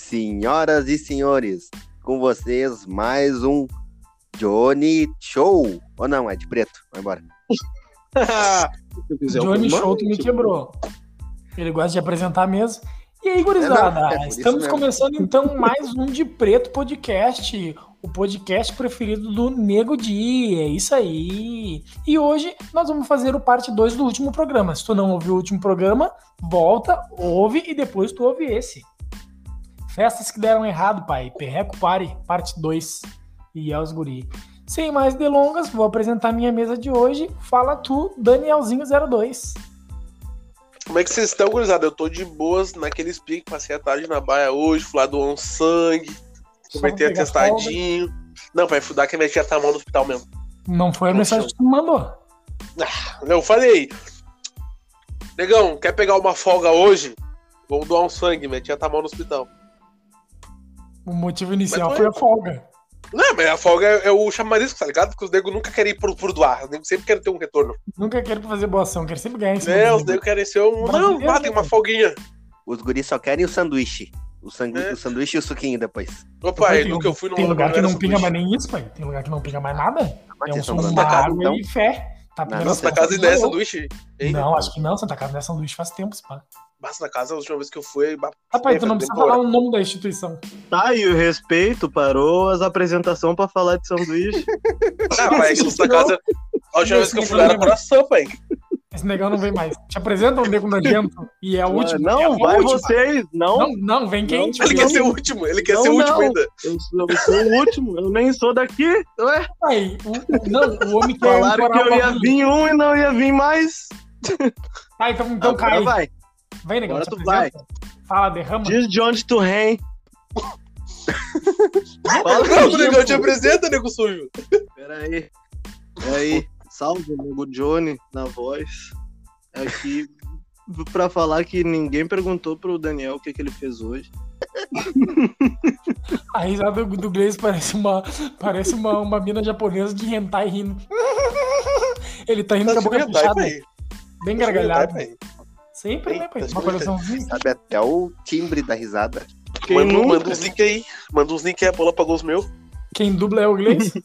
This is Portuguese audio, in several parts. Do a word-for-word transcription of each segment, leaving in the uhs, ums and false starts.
Senhoras e senhores, com vocês mais um Johnny Show. Ou não, é de preto, vai embora. Johnny Show, tu me quebrou. Ele gosta de apresentar mesmo. E aí, gurizada, é, é estamos começando então mais um De Preto Podcast, o podcast preferido do Nego Di, é isso aí. E hoje nós vamos fazer o parte dois do último programa. Se tu não ouviu o último programa, volta, ouve e depois tu ouve esse. Festas que deram errado, pai. Perreco Pare, parte dois. E é os guri. Sem mais delongas, vou apresentar minha mesa de hoje. Fala tu, Danielzinho zero dois. Como é que vocês estão, gurizada? Eu tô de boas naquele pique, passei a tarde na baia hoje, fui lá doar um sangue, comentei atestadinho. Folga. Não, vai fudar que a minha tia tá mal no hospital mesmo. Não foi a mensagem que tu me mandou. Ah, eu falei, negão, quer pegar uma folga hoje? Vamos doar um sangue, minha tia tá mal no hospital. O motivo inicial foi a folga. Não, mas a folga é, é o chamarisco, tá ligado? Porque os negros nunca querem ir por, por doar, os negros sempre querem ter um retorno. Nunca querem fazer boa ação, querem sempre ganhar em cima. É, os negros querem ser um... Não, lá tem uma folguinha. Os guris só querem o sanduíche. O, sangu... é. o sanduíche e o suquinho depois. Ô pai, nunca eu fui num Tem lugar que não pinga mais nem isso, pai. Tem lugar que não pinga mais nada. Mas é um som da água então? E fé. Tá não, não, Santa Casa ainda é sanduíche? Hein? Não, acho que não. Santa Casa não é sanduíche faz tempos, pá. Basta na casa, a última vez que eu fui... Rapaz, tu não precisa falar o nome da instituição. Tá, e o respeito parou as apresentações pra falar de sanduíche. Ah, pai, é que Santa Casa... A última vez que eu fui lá era coração, pai. Esse negão não vem mais. Te apresenta um nego nojento e é o último. Não, é vai última. vocês. Não, não, não vem quente. Ele quer ser o último, ele quer não, ser o não. último ainda. Eu sou, eu sou o último, eu nem sou daqui. Ué? Pai, o, não, o homem quer... Falaram que eu ia vir um e não ia vir mais. Tá, então, então Agora cai. vai. Vem, negão, Agora te tu vai. Fala, derrama. Diz de onde tu vem. Fala, não, o negão te apresenta, nego sujo. Pera aí. Pera aí. Salve, nego Johnny, na voz. Aqui pra falar que ninguém perguntou pro Daniel o que, que ele fez hoje. A risada do, do Gleice parece uma parece uma, uma mina japonesa de hentai rindo. Ele tá rindo tá com a boca hentai, puxada. pai. Bem gargalhado. Hentai, Sempre, né, pai? Tá Uma coleçãozinha. Sabe até o timbre da risada. Quem manda, nunca? manda uns links aí. Manda uns links aí, a bola pagou os meus. Quem dubla é o Gleice.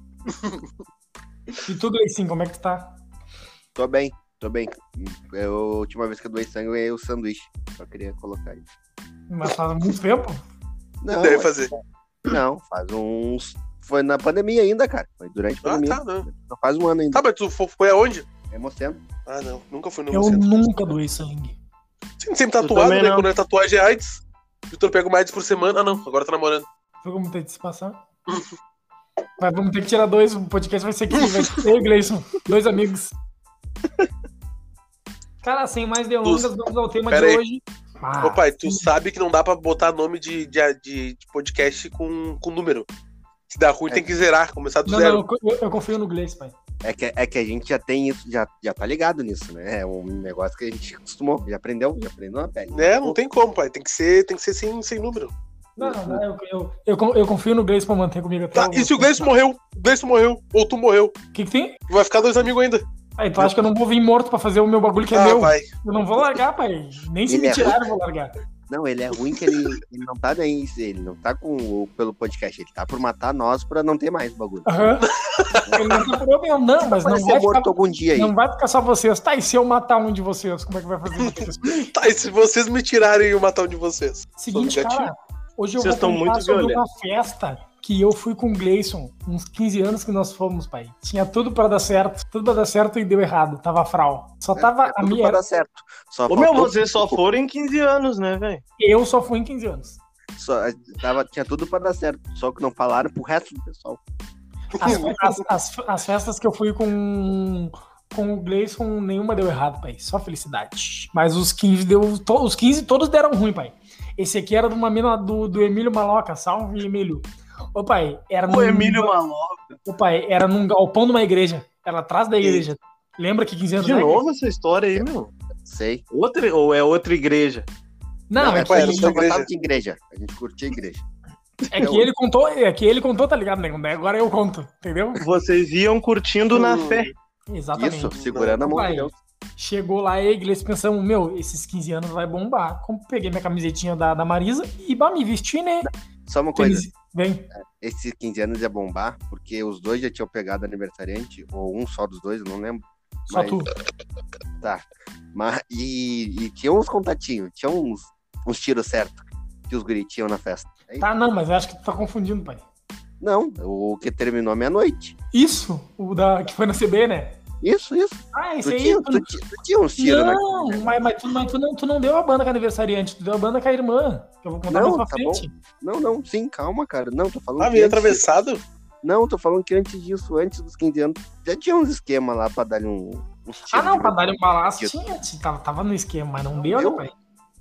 E tu, Gleicinho, como é que tu tá? Tô bem, tô bem. Eu, a última vez que eu doei sangue, eu ganhei o sanduíche. Só queria colocar aí. Mas faz muito tempo? Não, Deve fazer. Não, faz uns... Foi na pandemia ainda, cara. Foi durante a pandemia. Ah, tá, não. Não faz um ano ainda. Tá, mas tu foi aonde? É Hemocentro. Ah, não. Nunca fui no Eu Hemocentro. nunca doei sangue. Sempre, sempre tatuado, né? não. Quando é tatuagem é AIDS. Vitor pega uma AIDS por semana. Ah, não. Agora tá namorando. Foi como ter de se passar. Mas vamos ter que tirar dois. O podcast vai ser aqui. Vai ter o Gleison. Dois amigos. Cara, sem mais delongas, Tu... vamos ao tema Pera de aí. hoje. Ah, Ô pai, tu sabe que não dá pra botar nome de, de, de, de podcast com, com número. Se dá ruim, É. tem que zerar, começar do não, zero. não, eu, eu confio no Gleice, pai. É que, é que a gente já tem isso, já, já tá ligado nisso, né? É um negócio que a gente acostumou, já aprendeu, já aprendeu na pele. Né? Não tem como, pai. Tem que ser, tem que ser sem, sem número. Não, não, eu, eu, eu, eu confio no Gleice pra manter comigo até Tá, o... e se o Gleice morreu? O Gleice morreu. Ou tu morreu. O que que tem? Vai ficar dois amigos ainda. Aí, tu acha que eu não vou vir morto pra fazer o meu bagulho que é ah, meu? vai. Eu não vou largar, pai. Nem se Ele me é tirar, eu vou largar. Não, ele é ruim que ele, ele não tá nem ele não tá com o, pelo podcast, ele tá por matar nós pra não ter mais bagulho. Aham. Ele não tá problema, não, mas não Vai vai, ser morto ficar, algum dia aí. não vai ficar só vocês. Tá, e se eu matar um de vocês, como é que vai fazer? Tá, e se vocês me tirarem e eu matar um de vocês? Seguinte, Sou negativo. cara, hoje eu Vocês vou estão contar muito sobre violentos. uma festa que eu fui com o Gleison, uns quinze anos que nós fomos, pai. Tinha tudo pra dar certo, tudo pra dar certo e deu errado, tava frau. Só tava É a tudo minha... pra dar certo. Só Ô meu, faltou- vocês só foram em quinze anos, né, velho? Eu só fui em quinze anos. só, tava, tinha tudo pra dar certo, só que não falaram pro resto do pessoal. As, as, as, as festas que eu fui com, com o Gleison, nenhuma deu errado, pai. Só felicidade. Mas os quinze deu. To, os quinze todos deram ruim, pai. Esse aqui era de uma mina do, do Emílio Maloca. Salve, Emílio. Ô, pai, era O num. Emílio Maloca. Ô, pai, era num galpão de uma igreja. Era atrás da igreja. Lembra que quinze anos De né? novo essa história aí, meu? Sei. Outra, ou é outra igreja? Não, Não, é, é que, que a era gente da não gostava igreja. de igreja. A gente curtia a igreja. é que ele contou, é que ele contou, tá ligado, nego? Agora eu conto, entendeu? Vocês iam curtindo na Hum. fé. Exatamente. Isso, segurando a mão Vai. de Deus. Chegou lá e Gleice pensamos, meu, esses quinze anos vai bombar. Como peguei minha camisetinha da, da Marisa e bah, me vesti, né? Só uma coisa. Vem. Esses quinze anos ia bombar, porque os dois já tinham pegado aniversariante, ou um só dos dois, eu não lembro. Só mas... tu. Tá. Mas, e, e tinha uns contatinhos, tinha uns, uns tiros certos que os guris tinham na festa. Aí... Tá, não, mas eu acho que tu tá confundindo, pai. Não, o que terminou meia-noite. Isso, o da, que foi na C B, né? Isso, isso. Ah, esse tu, aí. tinha, Tu... tu, tinha, tu tinha uns tiros na Não, mas, mas, tu, mas tu, não, tu não deu a banda com a aniversariante, tu deu a banda com a irmã. Que eu vou contar não, mais pra tá frente. Bom. Não, não, sim, calma, cara. Não, tô falando. Ah, que meio antes... atravessado? Não, tô falando que antes disso, antes dos quinze anos, já tinha uns esquemas lá pra dar um. Uns ah, não, pra dar um balaço Isso. tinha, tava, tava no esquema, mas não, não deu, deu? né, pai?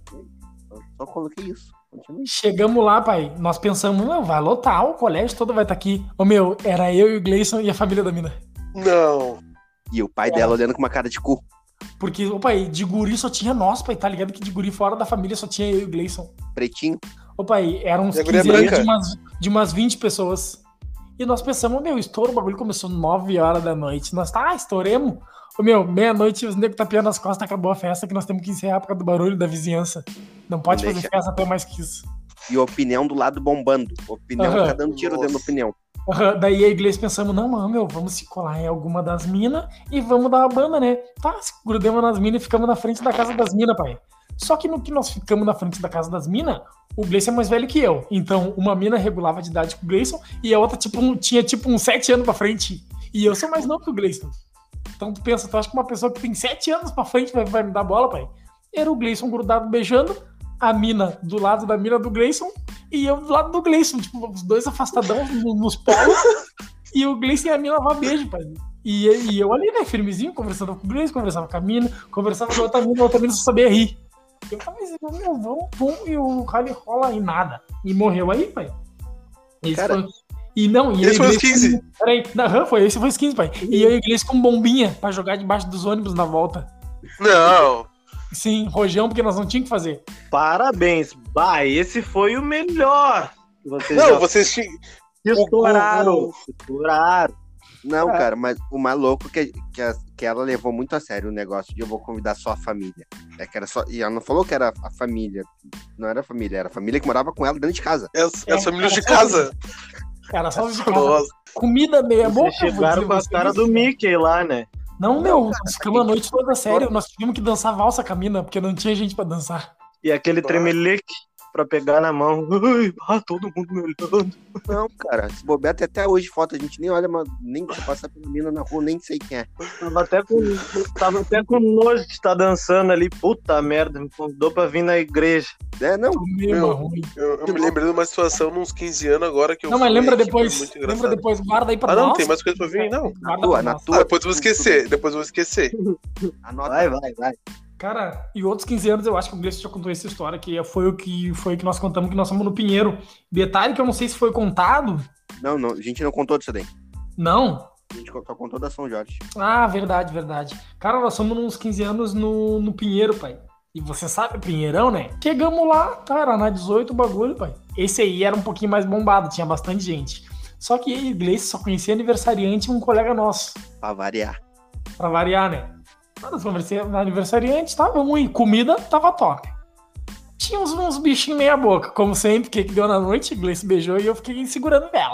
Eu só coloquei isso. Continue. Chegamos lá, pai, nós pensamos, não, vai lotar, o colégio todo vai estar aqui. Ô, meu, era eu e o Gleison e a família da mina. Não. E o pai É. dela olhando com uma cara de cu. Porque, ô, pai, de guri só tinha nós, pai, tá ligado? Que de guri fora da família só tinha eu e o Gleison. Pretinho. Ô, pai, eram uns E a guria quinze anos branca? de umas, de umas vinte pessoas. E nós pensamos, meu, estouro, o bagulho começou nove horas da noite. Nós, tá, estouremos. Ô, meu, meia-noite, os negros tapeando as costas, acabou a festa, que nós temos que encerrar por causa do barulho da vizinhança. Não pode Deixa. fazer festa até mais que isso. E o opinião do lado bombando. O opinião Aham. tá dando tiro Nossa. dentro da opinião. Uhum, daí a igreja pensamos, não, mano, meu, vamos se colar em alguma das minas e vamos dar uma banda, né? Tá, se grudemos nas minas e ficamos na frente da casa das minas, pai. Só que no que nós ficamos na frente da casa das minas, o Gleison é mais velho que eu. Então, uma mina regulava de idade com o Gleison e a outra tipo, um, tinha tipo uns sete anos pra frente. E eu sou mais novo que o Gleison. Então tu pensa, tu acha que uma pessoa que tem sete anos pra frente vai, vai me dar bola, pai? Era o Gleison grudado beijando, a mina do lado da mina do Gleison e eu do lado do Gleison, tipo, os dois afastadão no- nos polos e o Gleison e a mina lá beijo, pai. E, e eu ali, né, firmezinho, conversando com o Gleison, conversava com a mina, conversava com a outra mina, a outra mina só sabia rir. Eu tava dizendo, meu, vamos, vamos, e o Rally rola e nada. E morreu aí, pai. Esse Cara, foi... E não, e esse foi eu e os o Gleison- quinze. Peraí, não, foi, esse foi os quinze, pai. E eu e o Gleison com bombinha pra jogar debaixo dos ônibus na volta. Não. Sim, rojão, porque nós não tínhamos que fazer. Parabéns. Bah, esse foi o melhor. Que vocês Não, já vocês tinham. estouraram. o- o- Estouraram. Não, É. cara, mas o mais louco que, que, a- que ela levou muito a sério o negócio de eu vou convidar só a família. É que era só, e ela não falou que era a família. Não era a família, era a família que morava com ela dentro de casa. As, É, as famílias de era só casa. Cara, só de casa. Nossa. Comida meia boca. Vocês chegaram com as caras do Mickey lá, né? Não, meu, nós ficamos a noite toda sério. Nós tivemos que dançar valsa com a mina, porque não tinha gente pra dançar. E aquele tremelique pra pegar na mão. Ai, ah, todo mundo me olhando. Não, cara, se bobear tem até hoje foto, a gente nem olha, mas nem se passar pela mina na rua, nem sei quem é. Tava até com, tava até com nojo de estar dançando ali. Puta merda, me convidou pra vir na igreja. É, não, Meio Meu, ruim. Eu, eu me lembrei de uma situação nos quinze anos agora que eu Não, mas fui, lembra que foi depois. muito Lembra engraçado. depois, guarda aí pra Ah, não, nós. tem mais coisa pra vir? Não. Guarda tua, pra na nós. tua. Ah, depois eu vou esquecer. Depois eu vou esquecer. anota. Vai, vai, vai. Cara, e outros quinze anos eu acho que o Gleice já contou essa história, que foi o que foi o que nós contamos que nós fomos no Pinheiro. Detalhe que eu não sei se foi contado. Não, não, a gente não contou disso daí. Não. A gente só contou da São Jorge. Ah, verdade, verdade. Cara, nós fomos uns quinze anos no, no Pinheiro, pai. E você sabe, Pinheirão, né? Chegamos lá, tá, era na dezoito o bagulho, pai. Esse aí era um pouquinho mais bombado, tinha bastante gente. Só que eu e o Gleice só conhecia aniversariante e um colega nosso. Pra variar. Pra variar, né? Nós conversamos na aniversariante, tava ruim. Comida tava top. Tinha uns, uns bichinhos meia boca, como sempre, que, que deu na noite, o Gleice beijou e eu fiquei segurando vela.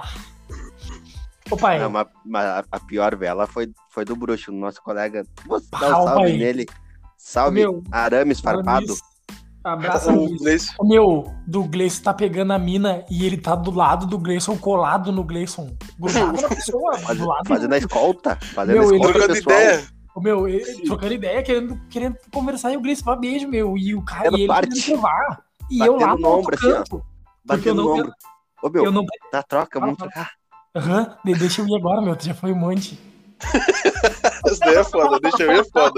Ô pai, Não, mas, mas a- a pior vela foi, foi do bruxo, nosso colega. Vou dar Ah, um salve pai. nele. Salve, Meu, Arames Farpado. Luiz, abraço, O Luiz. Gleice- O meu, do Gleison tá pegando a mina e ele tá do lado do Gleison, colado no Gleison. Grudado na pessoa, Faz- do lado. fazendo a escolta. Fazendo Meu, a ele- escolta Trocando pessoal. ideia. O meu, ele, trocando ideia, querendo, querendo conversar e o Gleison vai beijo, meu. E o cara Dando e ele parte. querendo provar. E eu lá Batendo no no outro ombro, assim, ó. canto. Porque eu Batendo no não- ombro. Ô, meu, Eu não. dá troca, vamos Fala, trocar. Aham, de- deixa eu ir agora, meu. Já foi um monte. Essa daí é foda, deixa eu ver, é foda.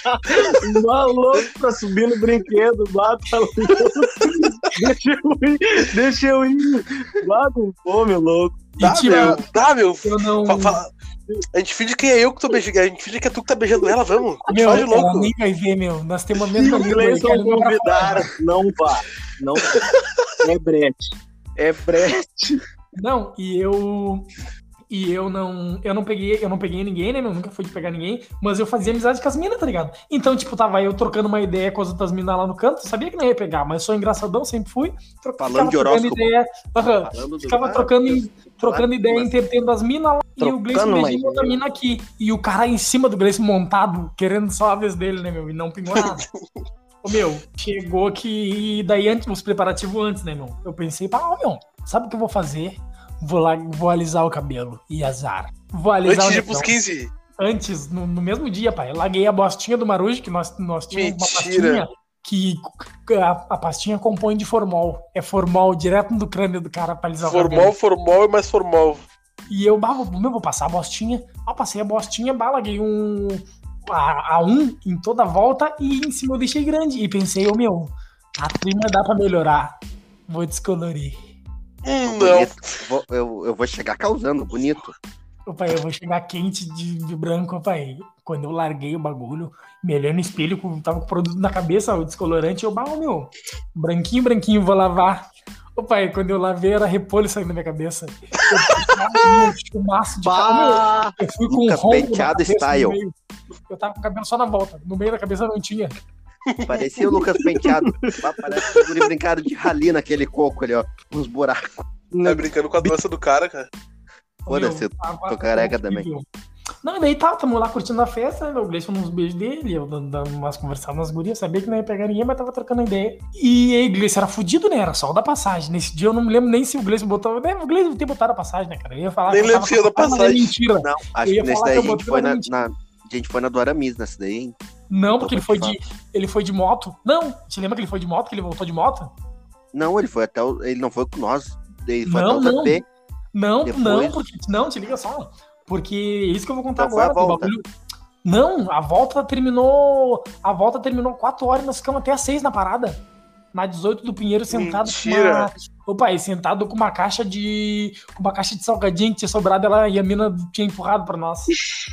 Maluco pra subir no brinquedo. Bata louco. Deixa eu ir, deixa eu ir. Lá com fome, louco. E Tá, tipo, meu, tá, meu. eu não. Fa- fa- A gente finge que é eu que tô beijando. A gente finge que é tu que tá beijando ela, vamos. A gente Meu, faz de ela louco. nem vai ver, meu. Nós temos a Se mesma o língua. Gleison eu quero ir pra convidar, fora. não vá. Não vá. É brete. É brete. Não, e eu. E eu não, eu não peguei, eu não peguei ninguém, né, meu? Nunca fui de pegar ninguém, mas eu fazia amizade com as minas, tá ligado? Então, tipo, tava eu trocando uma ideia com as outras minas lá no canto, sabia que não ia pegar, mas sou engraçadão, sempre fui. Troca, Falando de horóscopo. Ideia, uhum, Falando ficava do... trocando, ah, trocando claro, ideia, mas... entretendo as minas lá, trocando e o Gleice beijinho outra mina aqui. E o cara em cima do Gleice montado, querendo só a vez dele, né, meu? E não pingou nada. Ô, meu, chegou aqui, e daí antes, os preparativos antes, né, meu? Eu pensei, pá, ó, meu, sabe o que eu vou fazer? Vou lá, vou alisar o cabelo e azar. Vou alisar Antes de o ir pros quinze. Antes, no, no mesmo dia, pai. Eu larguei a bostinha do Marujo, que nós, nós tínhamos uma pastinha que a, a pastinha compõe de formol. É formol direto no crânio do cara pra alisar formol, o cabelo. Formol, formol e mais formol. E eu, bah, meu, vou passar a bostinha. Ah, passei a bostinha, bah, larguei um a, a um em toda a volta e em cima eu deixei grande. E pensei, ô, meu, a prima dá pra melhorar. Vou descolorir. Hum, não. Vou, eu, eu vou chegar causando, bonito. Ô, pai, eu vou chegar quente de, de branco, pai. Quando eu larguei o bagulho, me olhando no espelho, tava com o produto na cabeça, o descolorante, eu, bah, meu, branquinho, branquinho, vou lavar. Ô, pai, quando eu lavei, era repolho saindo da minha cabeça. Eu fui com um maço de cabelo. Eu fui com um rombo penteado style. Eu tava com o cabelo só na volta. No meio da cabeça não tinha. Parecia o Lucas Penteado. Parece que ele brincado de rali naquele coco ali, ó. Uns buracos. Tá brincando com a doença do cara, cara. Foda-se, eu tô careca também. Não, e daí tá, tamo lá curtindo a festa, né? O Gleice falou uns beijos dele, eu dando umas conversadas nas gurias, sabia que não ia pegar ninguém, mas tava trocando ideia. E aí o Gleice era fudido, né? Era só o da passagem. Nesse dia eu não me lembro nem se o Gleice botou. Né? O Gleice ter botado a passagem, né, cara? Eu ia falar nem que lembro se ia da passagem. É mentira. Não, acho que nesse daí a gente foi na, na. A gente foi na do Aramis nessa daí, hein? Não, porque ele foi, de, ele foi de moto. Não, te lembra que ele foi de moto, que ele voltou de moto? Não, ele foi até o. Ele não foi com nós. Ele foi não, até o não. Z P. Não, Depois... não, porque. Não, te liga só. Porque isso que eu vou contar então agora. Foi a volta. Bagulho... Não, a volta terminou. A volta terminou quatro horas e nós ficamos até às seis na parada. Na dezoito do Pinheiro, sentado Mentira. com uma. Opa, aí, sentado com uma caixa de. Com uma caixa de salgadinho que tinha sobrado ela, e a mina tinha empurrado pra nós.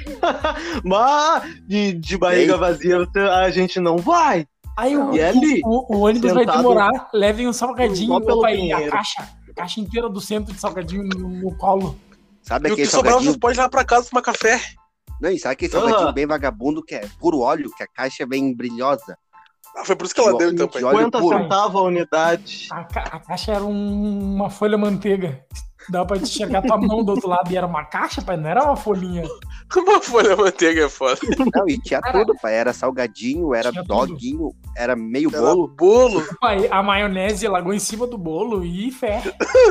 Mas de, de barriga Ei. vazia a gente não vai. Aí o, e ali, o, o ônibus sentado, vai demorar, levem um salgadinho, opa, aí, a caixa, a caixa inteira do centro de salgadinho no, no colo. Sabe e o que sobrar, vocês podem ir lá pra casa tomar café. Não, e sabe aquele salgadinho uhum. bem vagabundo, que é puro óleo, que a caixa é bem brilhosa. Ah, foi por isso que ela deu, então, pai. cinquenta centavos a unidade. A, ca- a caixa era um, uma folha manteiga. Dá pra enxergar tua mão do outro lado. E era uma caixa, pai, não era uma folhinha. Uma folha manteiga é foda. Não, e tinha era, tudo, pai. Era salgadinho, era doguinho, tudo. Era meio era bolo. bolo. Pai, a maionese largou em cima do bolo e fé.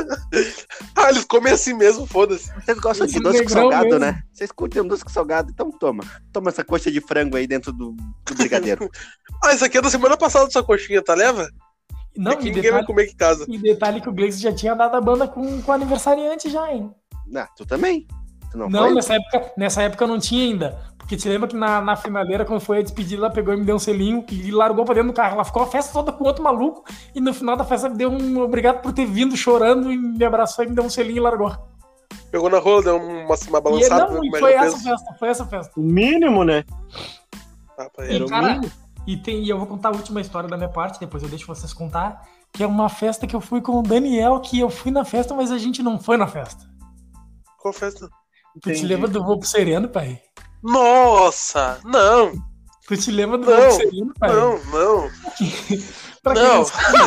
Ah, eles comem assim mesmo, foda-se. Vocês gostam Esse de doce com salgado, mesmo. Né? Vocês curtem doce com salgado, então toma. Toma essa coxa de frango aí dentro do, do brigadeiro. Ah, isso aqui é da semana passada dessa coxinha, tá, leva? Não, é que ninguém detalhe, vai comer aqui em casa. E detalhe que o Gleice já tinha dado a banda com, com o aniversariante já, hein? Ah, tu também? Tu não não foi? nessa época, nessa época não tinha ainda. Porque te lembra que na, na finaleira, quando foi a despedida, ela pegou e me deu um selinho e largou pra dentro do carro. Ela ficou a festa toda com outro maluco e no final da festa me deu um obrigado por ter vindo chorando e me abraçou e me deu um selinho e largou. Pegou na rola, deu uma, uma balançada. E, não, e foi essa fez. festa, foi essa festa. O mínimo, né? Ah, e, era cara, o mínimo. E, tem, e eu vou contar a última história da minha parte, depois eu deixo vocês contar, que é uma festa que eu fui com o Daniel, que eu fui na festa, mas a gente não foi na festa. Qual festa? Tu Entendi. te lembra do Voo pro Sereno, pai? Nossa, não. Tu te lembra do não, Voo pro Sereno, pai? Não, não. pra não.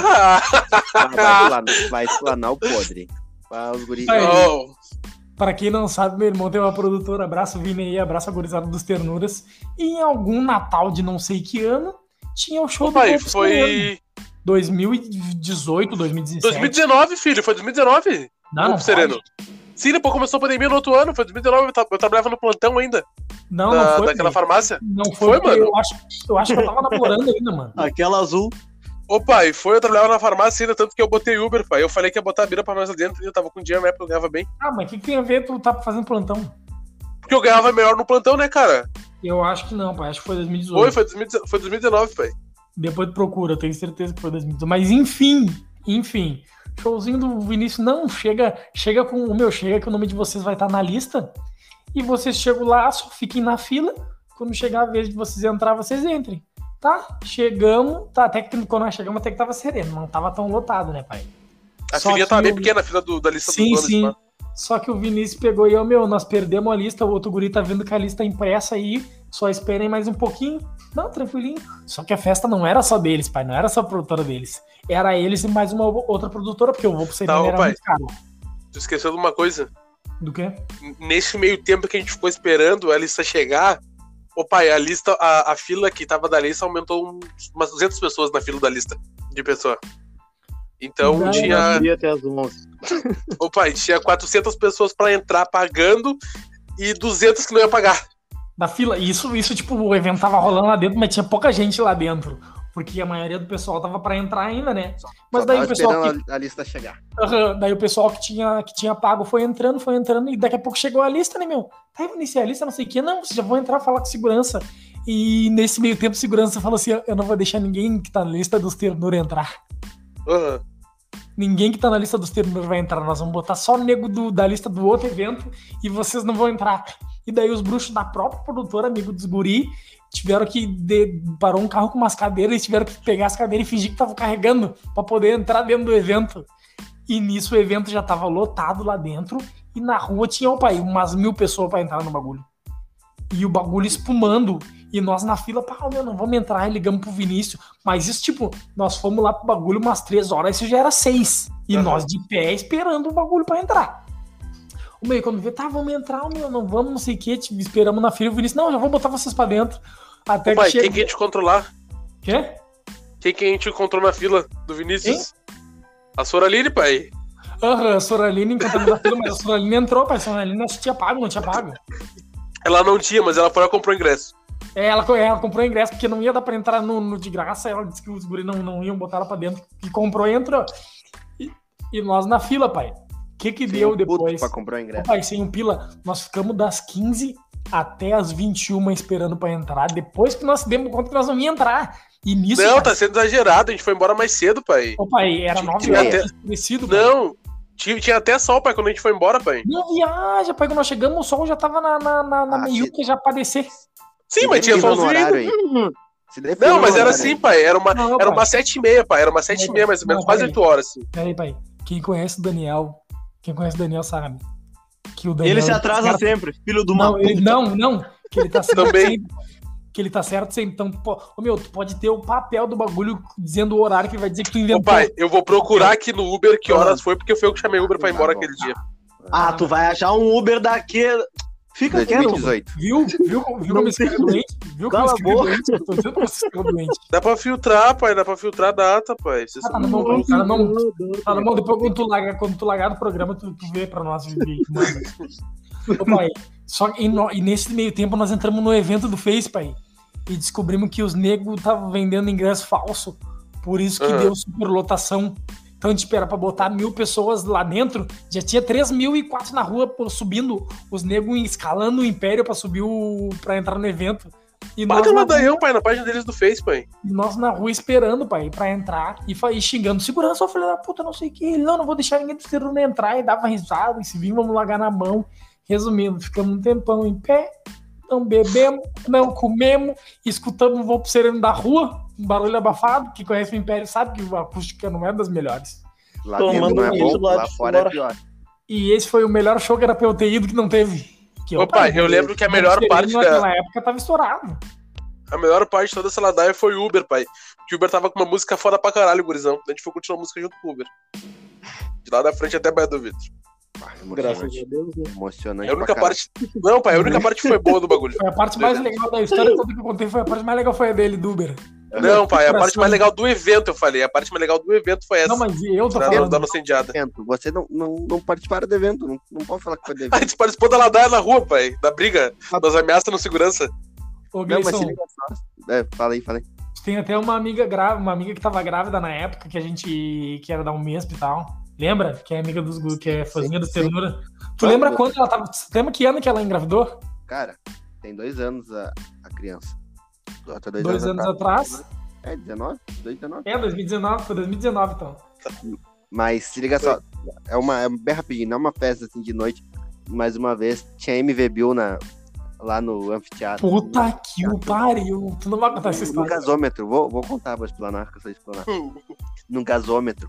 Vai, vai explanar o podre. Vai, os guri... Não. Pra quem não sabe, meu irmão tem uma produtora, abraço Vini aí, abraço a gurizada dos Ternuras. E em algum Natal de não sei que ano, tinha o show Ô, pai, do Voo pro foi... Sereno. dois mil e dezoito, dois mil e dezessete. dois mil e dezenove, filho, foi dois mil e dezenove. Não, não Sereno. Sim, depois começou a pandemia no outro ano, foi dois mil e dezenove, eu, tra- eu trabalhava no plantão ainda. Não, da, não foi. Daquela filho. farmácia. Não foi, foi mano. Eu acho, eu acho que eu tava namorando ainda, mano. Aquela azul. Ô pai, foi, eu trabalhava na farmácia ainda, tanto que eu botei Uber, pai. Eu falei que ia botar a bira pra nós dentro e eu tava com dinheiro na época, eu ganhava bem. Ah, mas o que, que tem a ver tu tá fazendo plantão? Porque eu ganhava melhor no plantão, né, cara? Eu acho que não, pai. Acho que foi dois mil e dezoito. Foi, foi, dois mil e dezenove, foi dois mil e dezenove, pai. Depois tu procura, eu tenho certeza que foi dois mil e dezoito. Mas enfim, enfim. Showzinho do Vinícius, não, chega, chega com o meu, chega que o nome de vocês vai estar na lista. E vocês chegam lá, só fiquem na fila. Quando chegar a vez de vocês entrar, vocês entrem. Tá? Chegamos, tá, até que quando nós chegamos até que tava sereno, não tava tão lotado, né, pai? A Só filinha tava eu... bem pequena, a fila do, da lista sim, do plano. Sim, sim. Só que o Vinícius pegou e eu, meu, nós perdemos a lista, o outro guri tá vendo que a lista é impressa aí, só esperem mais um pouquinho. Não, tranquilinho. Só que a festa não era só deles, pai, não era só a produtora deles. Era eles e mais uma outra produtora, porque eu vou pro Serena Tá, ô, era pai. muito caro. Tu esqueceu de uma coisa? Do quê? Nesse meio tempo que a gente ficou esperando a lista chegar, ô pai, a lista, a, a fila que tava da lista aumentou uns- umas duzentas pessoas na fila da lista de pessoa. Então Não, tinha, Abri até as onze. ô pai, tinha quatrocentas pessoas pra entrar pagando e duzentas que não ia pagar. Da fila. E Isso, isso, tipo, o evento tava rolando lá dentro, mas tinha pouca gente lá dentro. Porque a maioria do pessoal tava pra entrar ainda, né? Mas Só daí tava o pessoal que, esperando a, a lista chegar. Aham, daí o pessoal que tinha, que tinha pago foi entrando, foi entrando, e daqui a pouco chegou a lista, né, meu? Tá, iniciar a lista, não sei o quê. Não, vocês já vão entrar falar com segurança. E nesse meio tempo, segurança falou assim: eu não vou deixar ninguém que tá na lista dos ternura entrar. Aham. Ninguém que tá na lista dos ternura vai entrar. Nós vamos botar só o nego do- da lista do outro evento e vocês não vão entrar. E daí os bruxos da própria produtora, amigo dos guri, tiveram que. De, parou um carro com umas cadeiras e tiveram que pegar as cadeiras e fingir que estavam carregando pra poder entrar dentro do evento. E nisso o evento já tava lotado lá dentro e na rua tinha, opa, aí, umas mil pessoas pra entrar no bagulho. E o bagulho espumando. E nós na fila, pá, meu, não vamos entrar, e ligamos pro Vinícius. Mas isso, tipo, nós fomos lá pro bagulho umas três horas, isso já era seis. E Uhum. nós de pé esperando o bagulho pra entrar. O meio, quando vê, tá, vamos entrar, meu, não vamos, não sei o que, tipo, esperamos na fila. O Vinícius, não, já vou botar vocês pra dentro. Até Ô pai, que chega. quem que a gente encontrou lá? Quê? Quem que a gente encontrou na fila do Vinícius? A Soraline, pai. Aham, a Soraline encontramos na fila, mas a Soraline entrou, pai. A Soraline não tinha pago, não tinha pago. Ela não tinha, mas ela foi lá e comprou ingresso. É, ela, ela comprou ingresso porque não ia dar pra entrar no, no de graça. Ela disse que os guri não, não iam botar ela pra dentro. E comprou e entrou. E, e nós na fila, pai. O que que Sem deu um puto depois? Pra comprar o ingresso. Pai, sem um pila, nós ficamos das quinze até as vinte e uma esperando pra entrar. Depois que nós demos conta que nós não íamos entrar. E nisso. Não, pai, tá sendo exagerado, a gente foi embora mais cedo, pai. ô, pai, era Tinha- nove tinha horas até- escurecido, pai. Não, tinha, tinha até sol, pai, quando a gente foi embora, pai. Não viaja, pai. Quando nós chegamos, o sol já tava na, na, na, na Ah, meiuca já pra descer. Sim, mas tinha definiu no solzinho horário ainda. aí. Se definiu Não, no mas era horário assim, aí. pai. Era uma, Não, era pai. uma sete e meia, pai. Era uma sete e meia, mais ou menos, Não, quase pai. oito horas, assim. Peraí, pai. Quem conhece o Daniel, quem conhece o Daniel sabe que o Daniel. Ele se atrasa certo- sempre, filho do mal. Não, ele, não, não. Que ele tá certo Também. sempre. Que ele tá certo sempre. Então, pô, ô, meu, tu pode ter o papel do bagulho dizendo o horário que vai dizer que tu Ô, inventou. pai, eu vou procurar aqui no Uber que horas foi, porque foi eu que chamei o Uber pra ir embora aquele dia. Ah, tu vai achar um Uber daquele. Fica quieto. dois mil e dezoito. Viu? Viu, viu como esse cara é doente? Viu como Cala esse a cara é boca. doente? Eu tô dizendo pra você que é doente. Dá pra filtrar, pai, dá pra filtrar a data, pai. Vocês Ah, tá são na mão, loucos. tá na mão. Tá na mão. Depois quando tu largar, quando tu largar do programa, tu, tu vê pra nós. Vivi. Ô, pai, só que, e, no- e nesse meio tempo nós entramos no evento do Face, pai. E descobrimos que os negros estavam vendendo ingresso falso. Por isso que Aham. deu superlotação. Então a gente espera pra botar mil pessoas lá dentro. Já tinha três mil e quatro na rua pô, subindo. Os negros escalando o Império pra subir o. pra entrar no evento. E nós, Paga na lá rua, Daião, pai, na página deles do Face, pai. nós na rua esperando, pai, pra entrar e, fa- e xingando segurança. Ô filho da puta, não sei o que. Ele, não, não vou deixar ninguém do Ceruna entrar. E dava risada. E se vir, vamos largar na mão. Resumindo, ficamos um tempão em pé. Não bebemos, não comemos, escutamos um voo pro sereno da rua, um barulho abafado. Quem conhece o Império sabe que a acústica não é das melhores. Lá Tomando dentro não é isso bom, lá lá de fora é fora. pior. E esse foi o melhor show que era pra eu ter ido que não teve. Que Ô, pai, eu lembro que a melhor o parte Sereno da- naquela época tava estourado. A melhor parte de toda essa ladaia foi o Uber, pai. Que o Uber tava com uma música foda pra caralho, gurizão. A gente foi continuar a música junto com o Uber. De lá da frente até a Baía do Vidro. Ah, Graças a emocionante. Deus, né? Emocionante. É a única pra caralho. parte. Não, pai, a única parte que foi boa do bagulho. Foi a parte mais legal da história toda que eu contei. Foi a parte mais legal foi a dele, do Uber. Não, pai, a Coração. parte mais legal do evento, eu falei. A parte mais legal do evento foi essa. Não, mas eu tô Da, falando. da nossa indiada. Evento. Você não, não, não participaram do evento. Não, não pode falar que foi do A evento. gente participou da ladaia na rua, pai. Da briga, das ameaças no segurança. Ô, Não, mas Gleison, se liga só. É, fala aí, fala aí. tem até uma amiga grávida, uma amiga que tava grávida na época, que a gente que era dar um mês e tal. Lembra? Que é amiga dos gu- que é fãzinha do sim. Ternura. Tu Ah, lembra meu. quando ela tava. Lembra que ano que ela engravidou? Cara, tem dois anos a, a criança. Até dois, Dois anos atrás. É, dezenove? dois mil e dezenove. É, dois mil e dezenove, foi dois mil e dezenove, então. Mas se liga só, é uma é bem rapidinho, não é uma festa assim de noite. Mais uma vez, tinha M V Bill na, lá no anfiteatro. Puta que o pariu. Tu não vai contar essa No história. gasômetro, vou, vou contar, vou explanar, que eu sei explanar. No gasômetro,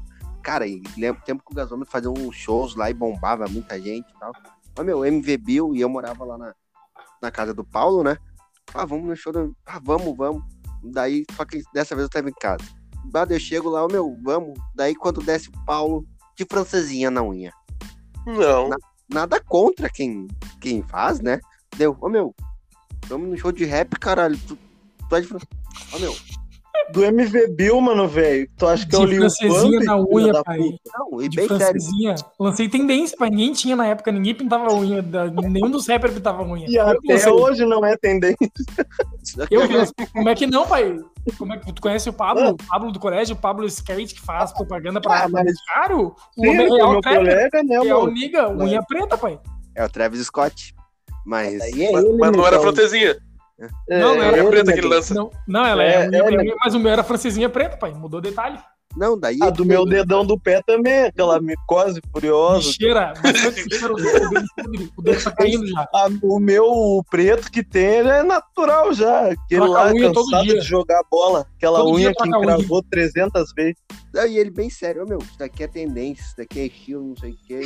cara, e lembro tempo que o Gasômetro fazia uns shows lá e bombava muita gente e tal. Mas, meu, M V Bill, e eu morava lá na, na casa do Paulo, né? Ah, vamos no show, do... ah, vamos, vamos. Daí, só que dessa vez eu tava em casa. Daí eu chego lá, ô, meu, vamos. Daí, quando desce o Paulo, de francesinha na unha. Não. Na, nada contra quem, quem faz, né? Deu, ô, meu, vamos no show de rap, caralho. Tu, tu é de francesinha. Ô, meu. Do M V Bill, mano, velho. Tu acha que eu li o francesinha Pump, na unha, pai. Não, e De bem sério. francesinha. Lancei tendência, pai. Ninguém tinha na época, ninguém pintava a unha. da- Nenhum dos rappers pintava a unha. E Eu até lancei. hoje não é tendência. Eu vi. Como é que não, pai? Como é que tu conhece o Pablo? O Pablo do colégio, o Pablo Skate, que faz propaganda pra Ah, mas- caro? O Sim, homem foi real meu trapper, colega, né, que é o mano? Niga, unha preta, pai. É o Travis Scott. Mas. Aí é Mas, ele, mas não era então. francesinha. É, Não, não É era a ele, preta né, que ele lança. Não, não ela É, é, unha é, preta, né? mas o meu era francesinha preta, pai. Mudou detalhe. Não, daí. A do meu dedão do pé também, aquela micose furiosa. Cheira, bastante cheiro, o dedo podre, o dedo tá caindo já. A- o meu preto que tem já é natural já. Aquele Troca lá a unha todo cansado dia. de jogar bola. Aquela Todo dia unha que troca a unha. encravou trezentas vezes. Daí ele bem sério, ô, meu, isso daqui é tendência, isso daqui é estilo, não sei o que.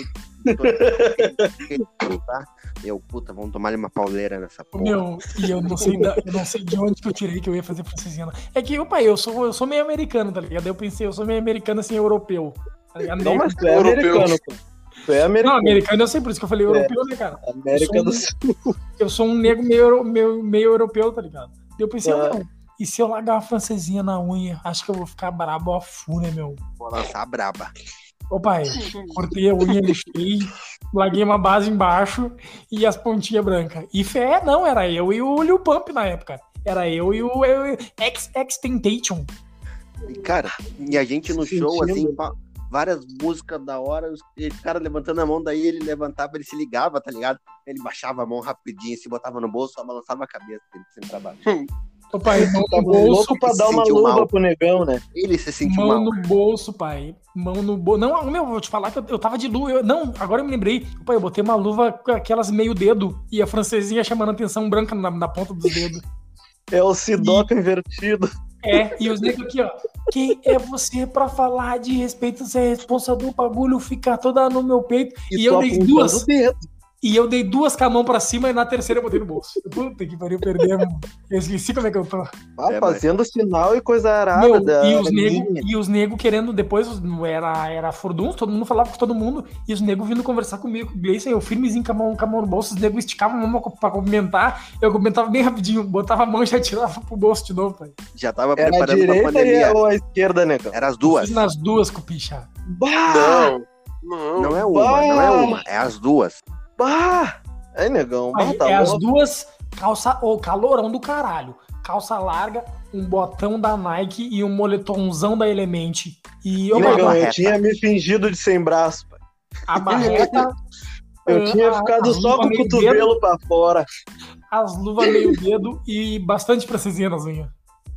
Tá? Eu, puta, vamos tomar uma pauleira nessa porra. Meu, e eu não sei, da- eu não sei de onde que eu tirei que eu ia fazer francesinha. É que, opa, eu sou, eu sou meio americano, tá ligado? Daí eu pensei, eu sou meio americano assim, europeu. Tá ligado? Não, mas tu é Europeu. americano, pô. Tu é Não, americano. americano eu sei, por isso que eu falei europeu, né, cara? América eu do sou Sul. Eu sou um negro meio, euro- meio, meio europeu, tá ligado? Daí eu pensei, Ah. meu, e se eu largar uma francesinha na unha? Acho que eu vou ficar brabo a fu, né, meu? Vou lançar a braba. Ô pai, cortei a unha, lixei, larguei uma base embaixo e as pontinhas brancas. E fé, não, era eu e o Lil Pump na época. Era eu e o eu- X-X-Temptation. E, cara, e a gente no show, Sentindo. assim, pa- várias músicas da hora, os- e o cara levantando a mão, daí ele levantava, ele se ligava, tá ligado? Ele baixava a mão rapidinho, se botava no bolso, só balançava a cabeça dele sempre pra baixo. Ô pai, mão no Tava bolso, louco pra se dar uma sentiu luva mal. pro negão, né? Ele se sentiu mão mal. no bolso, pai. Mão no bolso. Não, meu, vou te falar que eu, eu tava de luva. eu- Não, agora eu me lembrei. Pai, eu botei uma luva com aquelas meio dedo e a francesinha chamando a atenção branca na, na ponta dos dedos. É o Sidoca invertido. É, e os negros aqui, ó. Quem é você pra falar de respeito? Você é responsável do bagulho ficar toda no meu peito. E, eu só dei apontando duas. o dedo. E eu dei duas com a mão pra cima e na terceira eu botei no bolso. Puta que pariu, perdemos. Eu esqueci como é que eu tô. Ah, É, fazendo sinal e coisa arada. Meu, da e os linha. negros e os nego querendo depois, era, era furdunço, todo mundo falava com todo mundo, e os negros vindo conversar comigo, com o Gleison, eu firmezinho com a mão, com a mão no bolso, os negros esticavam a mão pra cumprimentar, eu cumprimentava bem rapidinho, botava a mão e já tirava pro bolso de novo, pai. Já tava Era a preparando pra direita e pandemia. ou a esquerda, negão? Era as duas. Fiz nas duas com o picha. Bah! Não. Não. Não é uma, não é uma, é as duas. Bah! Aí, negão, bah, Aí, tá é as louco. duas, calça, ou calorão do caralho, calça larga, um botão da Nike e um moletomzão da Element. E ô, Uma Negão, eu barreta. tinha me fingido de sem braço, pai. a barreta... Eu tinha a- ficado a só luva com o meio cotovelo pra fora. as luvas meio dedo e bastante francesinha nas unhas.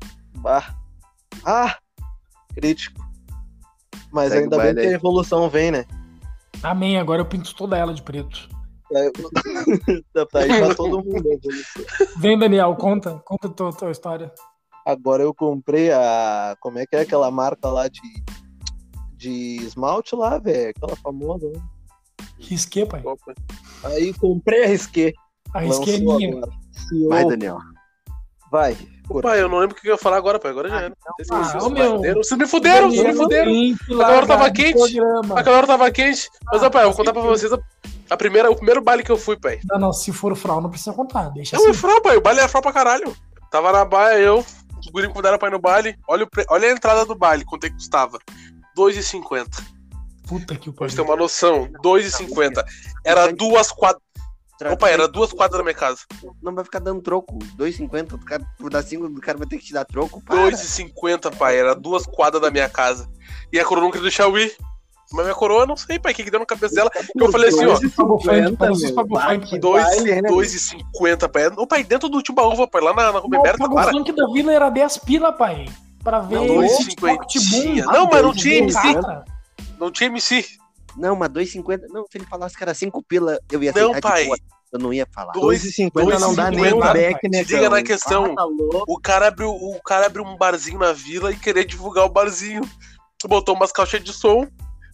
Bah. Ah! Crítico. Mas Segue ainda o bem baile que a aí. evolução vem, né? Amém, agora eu pinto toda ela de preto. Tá aí pra todo mundo a evolução. Vem, Daniel, conta, conta a tua, tua história. Agora eu comprei a. Como é que é aquela marca lá de. De esmalte lá, velho? Aquela famosa, né? Risquei, pai. Opa. Aí comprei a Risqué. A risquei é Lançou minha. agora. C E O. Vai, Daniel. Vai. Pai, eu não lembro o que eu ia falar agora, pai. Agora já era. Vocês, Ah, vocês ô, me meu. fuderam. Vocês me fuderam, vocês me fuderam. Aquela hora tava quente. Aquela hora tava quente. Mas, ó, pai, eu vou contar pra vocês a, a primeira, o primeiro baile que eu fui, pai. Não, não, se for frau, não precisa contar. Deixa Não, é assim. frau, pai. O baile é frau pra caralho. Tava na baia, eu, os guri me convidaram pra ir no baile. Olha, o pre... Olha a entrada do baile, quanto é que custava? dois reais e cinquenta. Puta que o Pra pai. você ter uma noção, dois reais e cinquenta. Era duas quadras. Opa, era duas quadras da minha casa. Não vai ficar dando troco. dois reais e cinquenta, o cara, por dar cinco, o cara vai ter que te dar troco. Para. dois reais e cinquenta, pai. Era duas quadras da minha casa. E a coroa não queria deixar eu ir. Mas minha coroa, não sei, pai, o que, que deu na cabeça dela. Que eu falei assim, ó. Pagou funk, cinquenta, parece meu. os pagou Bah, funk. que dois baile, né, reais e cinquenta, pai. Ô, pai, dentro do Timbaúva, pai, lá na, na Rua Não, Beberta, pagou para. funk da vila era dez pila, pai. Pra ver Não, dois reais e TikTok cinquenta. Tibum. Não, mas não Ah, tinha M C. cara. Não tinha M C. Não, mas dois reais e cinquenta. Não, se ele falasse que era cinco pila, eu ia Não, aceitar pai. de boa. Eu não ia falar. Dois- dois reais e cinquenta não dá nem um cinquenta, back, né, se liga cara? na questão. Ah, tá louco. O cara abriu, o cara abriu um barzinho na vila e queria divulgar o barzinho. Botou umas caixas de som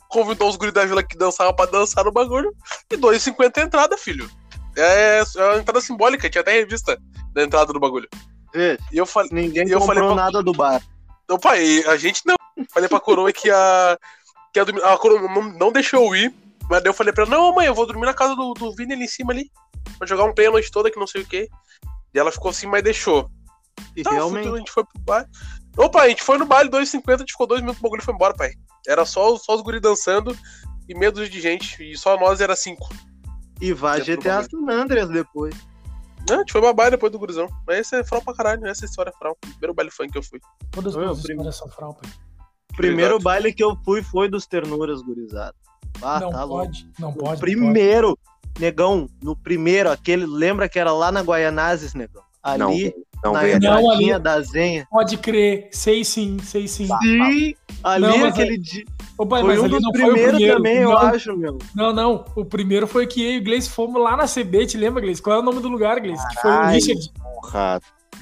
convidou os guris da vila que dançavam pra dançar no bagulho, e dois e cinquenta a entrada, filho. É, é uma entrada simbólica, tinha até revista da entrada do bagulho. Vê, E eu falei, ninguém e eu comprou falei pra- nada do bar. Não, pai, a gente não. Falei pra coroa que a. Que a, dormi- a coroa não, não deixou eu ir. Mas daí eu falei pra ela, não, mãe, eu vou dormir na casa do, do Vini ali em cima ali. Vou jogar um play a noite toda, que não sei o quê. E ela ficou assim, mas deixou. E Tá, realmente. a gente foi pro bar. Opa, a gente foi no baile, dois e cinquenta, a gente ficou dois minutos, o bagulho foi embora, pai. Era só, só os guris dançando e medo de gente. E só nós era cinco. E vai Dentro do G T A San Andreas depois. Não, a gente foi pra baile depois do gurizão. Mas esse é frau pra caralho, essa história é frau. Primeiro baile funk que eu fui. Todas Ô, as primo. histórias são frau, pai. Primeiro Exato. baile que eu fui foi dos Ternuras, gurizada. Ah, não tá louco. pode, não pode. não Primeiro, negão, no primeiro, aquele, lembra que era lá na Guaianazes, negão? Não, Ali, não na veio. Não, entradinha ali- da Zenha. Pode crer, sei sim, sei sim. Sim, ali Não, mas aquele dia. Ô, pai, Foi mas um ali dos não foi o primeiros primeiro. também, eu não, acho, meu. Não, não. O primeiro foi que eu e o Gleice fomos lá na C B, te lembra, Gleice? Qual é o nome do lugar, Gleice? Que foi o Caralho. Richard. Porra.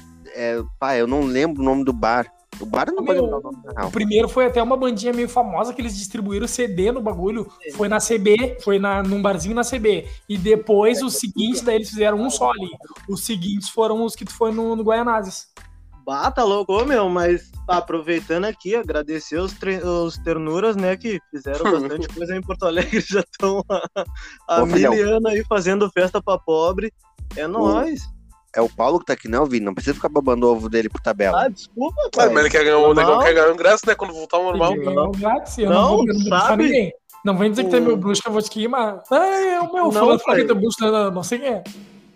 É, pai, eu não lembro o nome do bar. O bar eu não vou Meu, lembrar o nome, na real. O primeiro foi até uma bandinha meio famosa que eles distribuíram C D no bagulho. Foi na C B, foi na, num barzinho na C B. E depois os seguintes, daí eles fizeram um só ali. Os seguintes foram os que tu foi no, no Guaianazes. Bah, tá louco, ô, meu, mas aproveitando aqui, agradecer os, tre- os Ternuras, né, que fizeram bastante coisa em Porto Alegre, já estão há, há Ô, mil filhão. anos aí fazendo festa pra pobre. É nóis. É o Paulo que tá aqui, não, Vini? Não precisa ficar babando o ovo dele por tabela. Ah, desculpa, Ah, pai. mas ele quer ganhar o negão, Não. quer ganhar o ingresso, né? Quando voltar ao normal. Ele ganhou grátis, eu Não, não, vou, eu não vou deixar sabe? ninguém. Não vem dizer que tem O- meu bruxo que eu vou te queimar. Ah, é o meu Não, fulano pai. falou que teu bruxo, não, não sei quem é.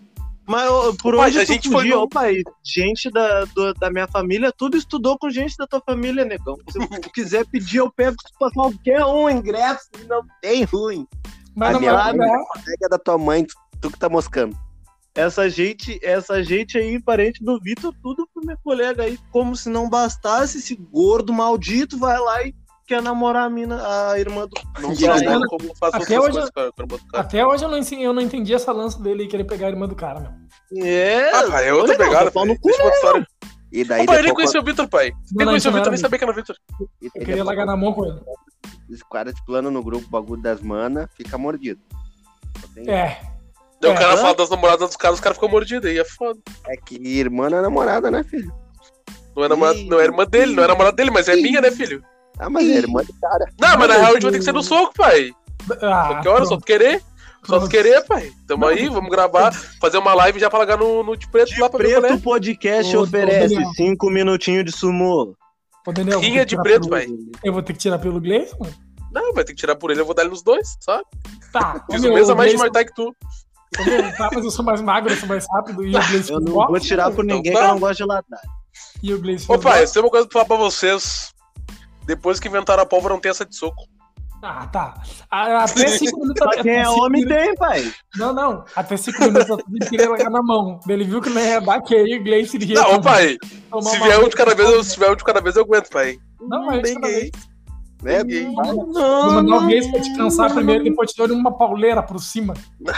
Mas ô, por Ô, pai, onde a tu gente fugia, foi no- ô, pai? Gente da, do- da minha família, tudo estudou com gente da tua família, negão. Se tu quiser pedir, eu pego pra qualquer um ingresso, não tem ruim. Mas A não minha vai mãe- pagar. Pega da tua mãe, tu, tu que tá moscando. Essa gente, essa gente aí, parente do Vitor, tudo pro meu colega aí, como se não bastasse, esse gordo maldito vai lá e quer namorar a mina, a irmã do. Não Diga, sabe mano, como faço até essas hoje- coisas com a- com a irmã do cara. Até hoje eu não, entendi, eu não entendi essa lança dele e querer pegar a irmã do cara, meu. É. Ah, pai, é outra Olha, pegada, não, pau pai. no cu, Deixa uma história. E daí Ô, pai, eu nem depois, conheci o Vitor, pai. Nem não, conheci isso o não Vitor, era nem sabia que era o Vitor. e Eu daí queria depois, largar na mão com ele. esse cara explana no grupo o bagulho das manas, fica mordido. Só tem- É. Daí É, o cara hã? fala das namoradas dos caras, os caras ficam mordidos, aí é foda. É que irmã não é namorada, né, filho? Não é, namorada, Ih. não é irmã dele, não é namorada dele, mas é minha, né, filho? Ah, mas é irmã de cara. Não, mas na real a gente vai ter que ser no soco, pai. Ah, Só que hora, só pronto. tu querer. Só tu Pronto. querer, pai. Tamo aí, vamos gravar, fazer uma live já pra largar no, no de preto lá pra ver qual é. Preto Podcast Ô, ô, oferece Daniel. cinco minutinhos de sumo. Ô, Daniel, eu vou ter Rinha que de tirar preto, pelo- pai. Eu vou ter que tirar pelo Gleice, mano? Não, vai ter que tirar por ele, eu vou dar ele nos dois, sabe? Tá. Fiz meu, o mesmo a mais de Gleice- Muay Thai que tu. Tá vendo? Tá, mas eu sou mais magro, eu sou mais rápido. E o Gleice Eu fez não boxe, vou tirar por Então ninguém tá. que eu não gosto de ladrar. E o Gleice Ô fez pai, boxe. tem uma coisa pra falar pra vocês. Depois que inventaram a pólvora, não tem essa de soco. Ah, tá. Ah, Até cinco minutos... Pra quem é até cinco homem, minutos- tem, pai. Não, não. Até cinco minutos eu queria largar na mão. Ele viu que não ia dar, que aí o Gleice iria Não, ô pai, tomar se uma- vier um de cada vez, eu, se vier um de cada vez, eu aguento, pai. Não, mas bem cada gay. vez. É, Ninguém. vai. Vou mandar o Gleice pra te cansar primeiro, depois te dou uma pauleira por cima.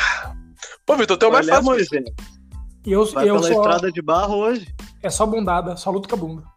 Pô, Vitor, tu é o mais Olha, fácil. Moisés, E eu, vai eu pela sou... estrada de barro hoje. É só bundada, só luto com a bunda.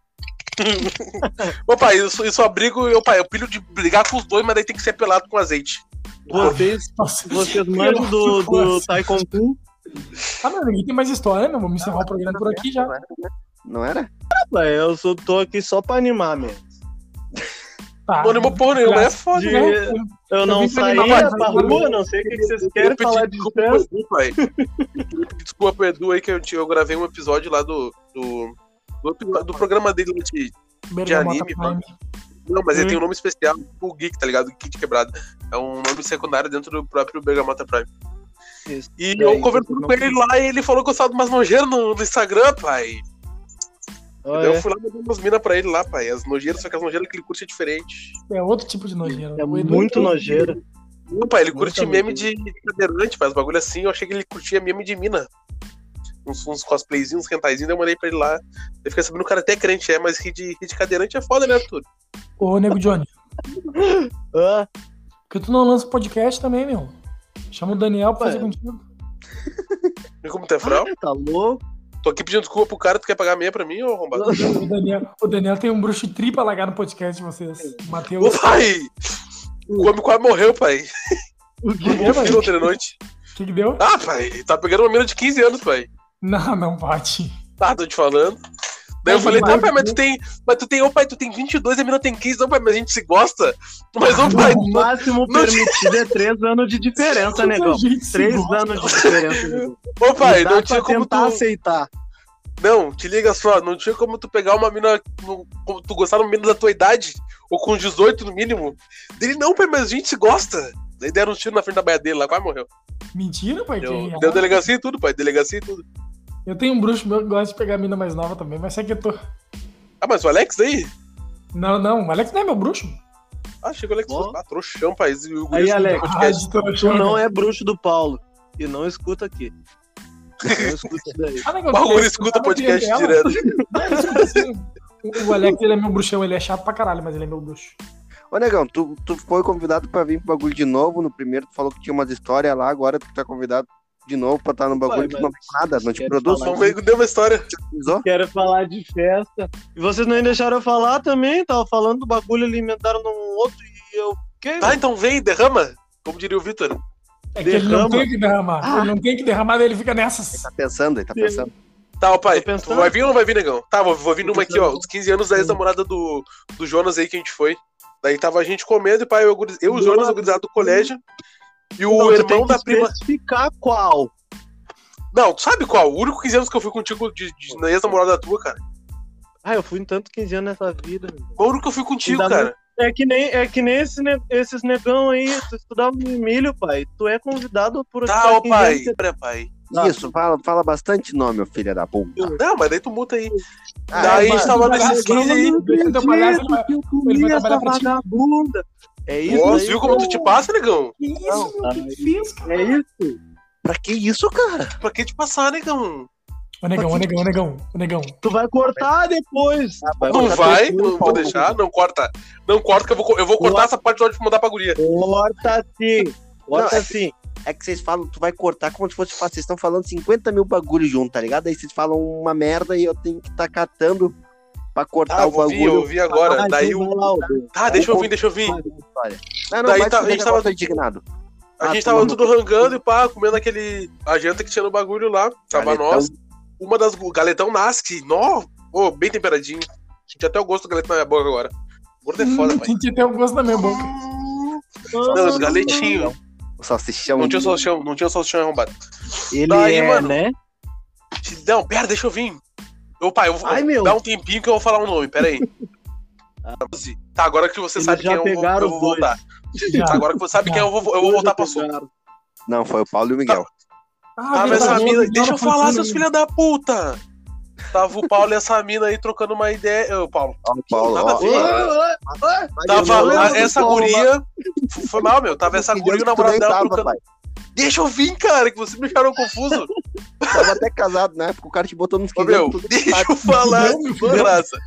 Ô pai, eu só, eu só brigo, eu, pai, eu pilho de brigar com os dois, mas daí tem que ser pelado com azeite. Vocês, Nossa. vocês manjam do, do Taekwondo? Ah, meu, ninguém tem mais história, meu. Vamos encerrar o programa por aqui já. Não era? Pai, eu só tô aqui só pra animar mesmo. Tá. Não anima porra nenhuma, é foda, De- né? Eu não vim pra saía animar, pra mas- rua, não sei o que, que vocês Eu querem pedi falar de desculpa pro estresse. Edu, pai. Eu pedi Desculpa pro Edu aí que eu, eu gravei um episódio lá do. do, do, epi- do programa dele lá de. Bergamota anime, Prime. Não, mas ele Hum. tem um nome especial, o Geek, tá ligado? Geek Quebrado. É um nome secundário dentro do próprio Bergamota Prime. Isso. E E eu aí, conversando você com ele lá e ele falou que gostava de umas nojeiras no, no Instagram, pai. Olha, Daí eu fui lá mandando umas minas pra ele lá, pai. As nojeiras, só que as nojeiras que ele curte é diferente. É outro tipo de nojeira. é O Edu- muito nojeira. Não, pai, ele Muita curte meme nojeira. de cadeirante, faz bagulho assim. Eu achei que ele curtia meme de mina. Uns, uns cosplayzinhos, uns rentaizinhos, daí eu mandei pra ele lá. Eu fiquei sabendo que o cara até crente é, mas rir de, rir de cadeirante é foda, né, Arthur? Ô, Nego Johnny, Ah, por que tu não lança podcast também, meu? Chama o Daniel pra fazer Ué. contigo. Viu como tu é fral? tá louco? Tô aqui pedindo desculpa pro cara, tu quer pagar meia pra mim, ô arrombado? O Daniel, o Daniel tem um bruxo tri pra largar no podcast de vocês. Ô Matheus. pai! O homem quase morreu, pai. O que No deu, fim ontem de noite. O que, que deu? Ah, pai, tá pegando uma mina de quinze anos, pai. Não, não pode. Ah, tô te falando. Daí eu Mas falei, vai, tá, pai, mas né? tu tem. Mas tu tem, ô pai, tu tem vinte e dois e a mina tem quinze, não, pai, mas a gente se gosta. Mas, ô pai, O máximo não- permitido é três anos de diferença, negão. A gente se Três gosta. anos de diferença, negão. ô pai, Dá não pra tinha como tu. tentar aceitar. Não, te liga só, não tinha como tu pegar uma mina. no- como tu gostar no mínimo da tua idade, ou com dezoito no mínimo. Dele, não, pai, mas a gente se gosta. Daí deram um tiro na frente da baia dele lá, quase morreu. Mentira, pai. Deu, que- deu delegacia e tudo, pai, delegacia e tudo. Eu tenho um bruxo meu que gosta de pegar a mina mais nova também, mas sei que eu tô. Ah, mas o Alex daí? Não, não, o Alex não é meu bruxo. Ah, chegou o Alex, Ó. ah, trouxão, pai. E o Aí, guri Alex, do Ah, podcast. de tô Tu achando, não né? é bruxo do Paulo. E não escuta aqui. Não escuta isso daí. Ah, não, O Paulo eu- escuta eu- podcast eu- direto. Mas, tipo assim, o- o Alex, ele é meu bruxão, ele é chato pra caralho, mas ele é meu bruxo. Ô, negão, tu, tu foi convidado pra vir pro bagulho de novo. No primeiro tu falou que tinha umas histórias lá, agora tu tá convidado de novo pra estar no bagulho Ué, que mas não fez nada, não te quero produz, falar Só veio deu uma história. avisou? Quero falar de festa. E vocês não deixaram eu falar também. Tava falando do bagulho, alimentaram num outro e eu. Que? Tá, então vem, derrama. Como diria o Vitor. É que ele não Derrama. tem que derramar. Ah. Ele não tem que derramar, daí ele fica nessas. Tá pensando, ele tá pensando. Tá, ó, pai, Tô pensando. tu vai vir ou não vai vir, negão? Tá, vou, vou vir Tô numa aqui, ó. pensando. Os quinze anos da ex-namorada do, do Jonas aí que a gente foi. Daí tava a gente comendo e, pai, eu, eu o Jonas, o gurizado do colégio. E o Não, tu tem irmão que da prima. especificar qual. Não, tu sabe qual? O único quinze anos que eu fui contigo de, de, na ex-namorada da tua, cara. Ah, eu fui em tanto quinze anos nessa vida. meu. O único que eu fui contigo, Ainda cara. É que nem, é que nem esse ne- esses negão aí. Tu estudava no Emílio, pai. Tu é convidado por Tá, estar ó, quinze pai. anos. Pera, pai. Tá. Isso, fala, fala bastante nome, ô filho da puta. Não, mas daí tu multa aí. Ah, Daí a gente mas- tava mas- nesses mas- quinze aí. Esse teu palhaço, ele vai- que eu ele comi vai essa trabalhar pra ti. vagabunda. É isso Nossa, aí. viu como tu te passa, negão? Que isso, Não, meu? tá. Que que fez, cara? É isso. Pra que isso, cara? Pra que te passar, negão? Ô, negão, ô, negão, ô, negão, ô, negão. Tu vai cortar depois. Vai Não cortar vai, depois, não vou Paulo. deixar, não corta. Não corta que eu vou, eu vou cortar essa parte de onde mandar pra guria. Corta sim. Corta Não, é- sim. É que vocês falam, tu vai cortar como se fosse fácil. Vocês estão falando cinquenta mil bagulho junto, tá ligado? Aí vocês falam uma merda e eu tenho que estar catando pra cortar Ah, o vou vir, bagulho. eu vi agora. Ah, Daí então o. vai lá, Aldo. Tá, deixa eu vir, deixa eu vir. História. Não, não, Daí vai tá- tá, a gente tava... tava- indignado. A Ah, gente toma tava no tudo rangando e pá, comendo aquele. A janta que tinha no bagulho lá. Tava Galetão. nós. Uma das. O galetão nasce. Nó! Ô, bem temperadinho. Senti até o gosto do galeto na minha boca agora. O gordo é foda, pai. Senti até o gosto na minha boca. Não, galetinho. O salsichão. Não tinha salsichão, não tinha salsichão arrombado. Ele Daí, é, mano. né? Não, pera, deixa eu vir. Ô, pai, eu vou Ai, meu. dar um tempinho que eu vou falar um nome, pera aí. Tá, agora que você Eles sabe já quem eu vou, pegaram eu vou os dois. voltar. Já. Tá, agora que você sabe quem eu vou, eu vou voltar pro assunto. Não, foi o Paulo e o Miguel. Ah, Tava essa verdade, mina. não, Deixa eu não, falar, não, seus não. filhos da puta! Tava o Paulo e essa mina aí trocando uma ideia. Ô, Paulo. Ó, o Paulo, Nada a ó. ver. Mas Tava eu lembro a- do essa Paulo lá. guria. Foi mal, meu. Tava essa guria e o namorado dela tava, trocando. pai. Deixa eu vir, cara, que vocês me deixaram confuso. Tava até casado na época, o cara te botou nos Ô, quinze meu, anos, tudo deixa errado. eu falar, Não, meu, foi graça.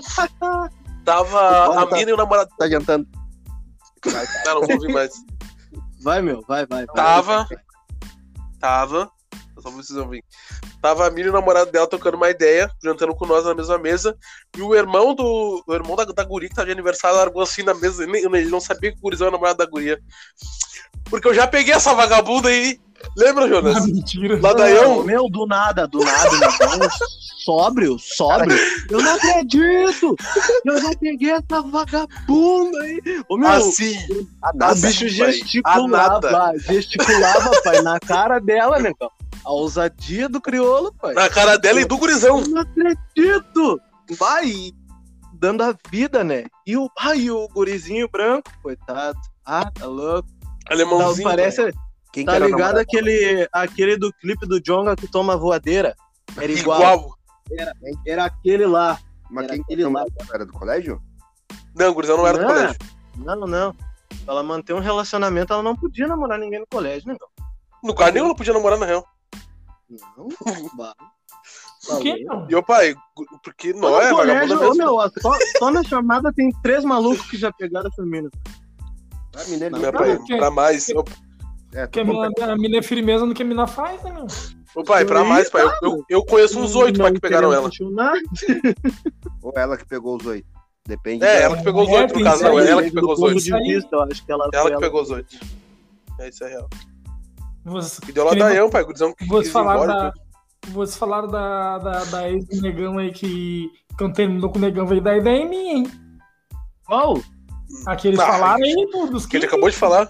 Tava a Paulo tá- mina e o namorado. Tá jantando. Não, não vou ouvir mais. Vai, meu, vai, vai. vai. Tava. Tava. Eu só vocês ouvir. Tava a mina e o namorado dela trocando uma ideia, jantando com nós na mesma mesa. E o irmão do. O irmão da, da guria que tava de aniversário largou assim na mesa. Ele, ele não sabia que o gurizão era o namorado da guria. Porque eu já peguei essa vagabunda aí. Lembra, Ah, Jonas? mentira. Lá daí eu. Meu, do nada, do nada, meu. Sóbrio, sóbrio. Eu não acredito! Eu já peguei essa vagabunda aí. Ô, meu, Assim. Ah, o nada. bicho pai. gesticulava, A nada. gesticulava, pai, na cara dela, negão. A ousadia do crioulo, pai. Na cara dela e do gurizão. Eu não acredito! Vai, dando a vida, né? E o, ai, o gurizinho branco, coitado. Ah, tá louco. Não, Alemãozinho. parece, Quem que tá era o ligado namorado? aquele, aquele do clipe do Jonga que toma voadeira? Era igual. Igual. Era aquele lá. Mas Era quem que aquele era o lá. namorado? Era do colégio? Não, o gurizão não era do Não. colégio. Não, não. Pra ela manter um relacionamento, ela não podia namorar ninguém no colégio, né? No caso, nem ela podia namorar na real. Não. Bah. Por que não? E o pai, porque não Só é no vagabunda colégio, ô, mesmo. meu, só, só na chamada tem três malucos que já pegaram essa mina. Ah, mineiro. Meu Não, pai, porque- pra mais. Ô, É, Porque a tô mina, a mina é firmeza no que a mina faz, né, meu? ô, pai, pra Aí, mais, pai. Eu, tá, eu, eu conheço uns oito Não pai que pegaram querendo ela. apaixonar. Ou ela que pegou os oito. Depende. É, da... ela que pegou os É, oito, no tem caso, isso não. aí. Ela que pegou os ponto oito. de vista, eu acho que ela, Ela foi que pegou os oito. É, isso é real. Você, E deu lá Dayão, pai. O gurizão que Vocês quis ir falaram embora. da, tudo. vocês falaram da, da, da ex do Negão aí que quando terminou com o Negão veio da ideia em mim, hein? Qual? Aqueles Ah, falaram aí do- dos Que ele que acabou de falar.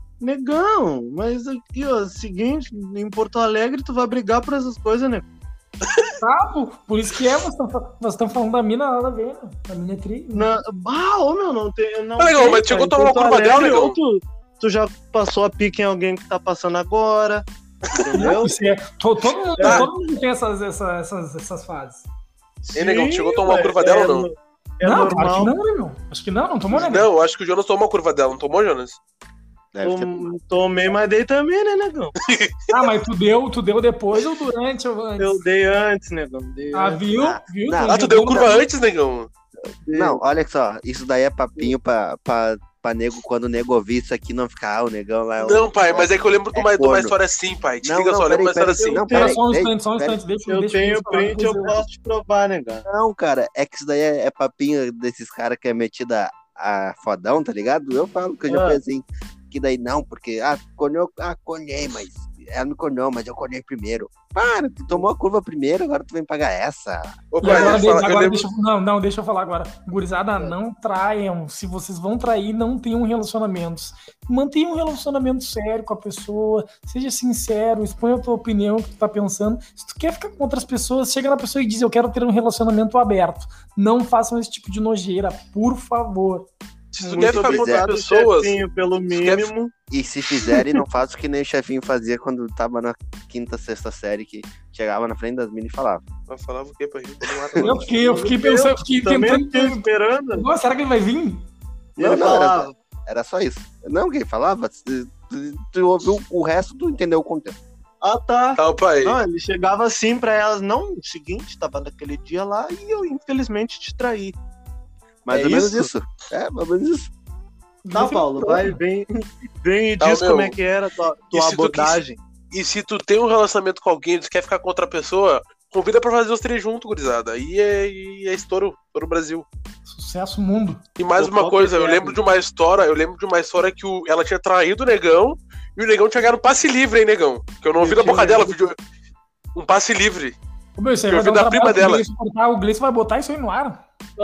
Negão, mas aqui, ó, seguinte, em Porto Alegre tu vai brigar por essas coisas, né? tá, pô, por isso que é, nós estamos falando da mina nada a ver, né? A mina é tri. Na... Ah, ô meu, não tem. Não Mas, Negão, tem, mas chegou cara. a tomar Em Porto uma curva dela, Alegre, Negão? ou Tu, tu já passou a pique em alguém que tá passando agora. Entendeu? Isso é, to- todo, mundo, Ah. todo mundo tem essas, essas, essas, essas fases. Ei, Negão, tu chegou a tomar uma ué, curva dela é, ou não? É não, normal. claro que não, né, meu? Acho que não, não tomou, né? Não, eu acho que o Jonas tomou a curva dela. Não tomou, Jonas? Deve ter... Tom- Tomei, mas dei também, né, negão? Ah, mas tu deu, tu deu depois ou durante ou antes? Eu dei antes, negão. Dei Ah, antes. viu? Ah, viu? não. Ah, tu deu curva antes, Negão? Dei. Não, olha só, isso daí é papinho pra, pra, pra nego, quando o nego ouvir isso aqui não ficar, ah, o negão lá... é o- Não, pai, mas é que eu lembro de uma, É de uma corno. história assim, pai. Te Não, liga não, só, eu lembro de uma peraí, história peraí, assim. não, Espera peraí, só um peraí, instante, só um peraí. instante, deixa Eu deixa tenho eles falarem, print, eu depois posso te provar, negão. Não, cara, é que isso daí é, é papinho desses caras que é metido a, a fodão, tá ligado? Eu falo que eu já Ah. fui assim, que daí não, porque, ah, conhou, ah, conhei, mas ela me conhou, mas eu conhei primeiro. Para, tu tomou a curva primeiro, agora tu vem pagar essa. Ô, E pai, agora, deixa eu falar, eu agora lembro... deixa, eu- não, não, deixa eu falar agora. Gurizada, não traiam. Se vocês vão trair, não tenham relacionamentos. Mantenha um relacionamento sério com a pessoa. Seja sincero, exponha a tua opinião, o que tu tá pensando. Se tu quer ficar com outras pessoas, chega na pessoa e diz, eu quero ter um relacionamento aberto. Não façam esse tipo de nojeira, por favor. Se tu Muito quer ficar com outras obrigado, pessoas... Chefinho, pelo quer- mínimo. E se fizerem, não faço que nem o chefinho fazia quando tava na quinta, sexta série, que chegava na frente das minas e falava. Eu falava o quê, pai? Eu fiquei, eu fiquei pensando, eu fiquei Também fiquei tentando. esperando. Nossa, será que ele vai vir? E ele Não, não, era, falava. era só isso. Não, quem falava, tu, tu, tu ouviu o resto, tu entendeu o contexto. Ah, tá. Tá, pai. Não, ele chegava assim pra elas, não, o seguinte, tava naquele dia lá e eu infelizmente te traí. Mais É ou menos isso? isso. É, mais ou menos isso. Tá, Paulo, vai, vem, vem e Tá, diz meu. como é que era a tua, E tua se tu abordagem. E se tu tem um relacionamento com alguém e tu quer ficar com outra pessoa, convida pra fazer os três juntos, gurizada. Aí é, e é estouro, estouro Brasil. Sucesso mundo. E mais Pô, uma qual coisa, que eu é? lembro de uma história, eu lembro de uma história que o, ela tinha traído o negão e o negão tinha ganhado um passe livre, hein, negão? Que eu não ouvi Eu da boca tinha dela, vídeo- um passe livre. Ô, meu, isso aí Eu vai vi dar um da prima trabalho, dela. o Gleison cortar, O Gleison vai botar isso aí no ar.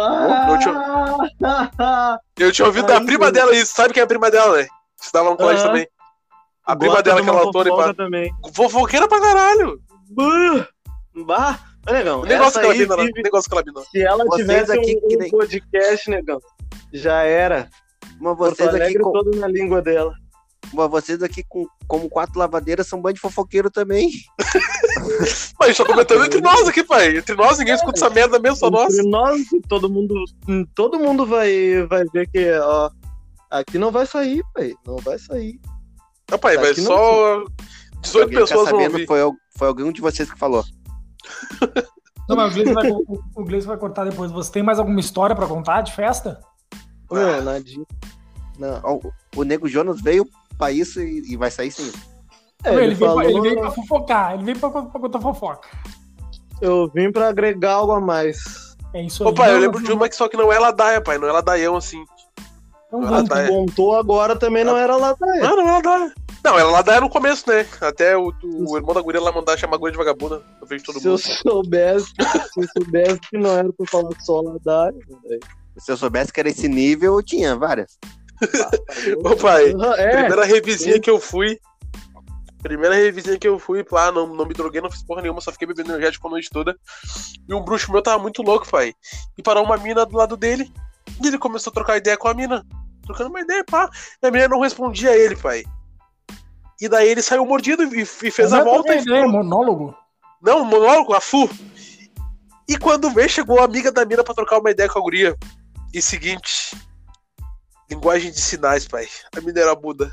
Ah, Eu tinha ouvido da Aí, prima meu. dela isso, sabe quem é a prima dela, né? Estudava no colégio Aham. também. A prima gosta dela, de uma aquela Tony, fofoca pá. também. Fofoqueira pra caralho. Bah, bah. Ô, negão, O negócio essa que ela aí mina, né? vive- O negócio que ela mina. se ela Vocês tivesse aqui um, que um nem- podcast, negão, já era. Mas Porto vocês aqui, Alegre com, todo na língua dela. mas vocês aqui com, como quatro lavadeiras são bando de fofoqueiro também. Mas só comentando entre nós aqui, pai. Entre nós, ninguém escuta essa merda mesmo, só nós. Entre nós, todo mundo, todo mundo vai, vai ver que, ó, aqui não vai sair, pai, não vai sair. Ah, pai, mas Aqui não só dezoito Alguém ficar pessoas vão sabendo, ouvir. foi, al- foi algum de vocês que falou. Não, mas o Gleison vai, o- o Gleison vai cortar depois. Você tem mais alguma história pra contar de festa? Ô, meu, nadinha. Não. Ó, O, o Nego Jonas veio pra isso e, e vai sair sim. É, Meu, ele, ele, veio falou, pra, ele veio pra fofocar. Ele veio pra, pra contar fofoca. eu vim pra agregar algo a mais. É isso aí. Ô, pai, eu Não, lembro não, de uma que só que não é ladaia, pai. Não é ladaião, assim. não, Ah, não, tá. É. Montou agora também não era lá da Não, não é ladaia. Não, ela ladaia no começo, né? Até o, o irmão da guria lá mandar chamar a guria de vagabunda. Eu vejo todo Se eu mundo. soubesse, se eu soubesse que não era pra falar só Ladaia. velho. Se eu soubesse que era esse nível, eu tinha várias. Ô, pai, É, primeira revisinha que eu fui. Primeira revisinha que eu fui, lá, não, não me droguei, não fiz porra nenhuma, só fiquei bebendo energético a noite toda. E um bruxo meu tava muito louco, pai. E parou uma mina do lado dele. E ele começou a trocar ideia com a mina. Trocando uma ideia, pá. E a mina não respondia a ele, pai. E daí ele saiu mordido e, e fez não a é volta. trocar E ideia, é ficou... monólogo. Não, monólogo, a Fu. E quando veio, chegou a amiga da mina pra trocar uma ideia com a guria. E seguinte. Linguagem de sinais, pai. A mina era muda.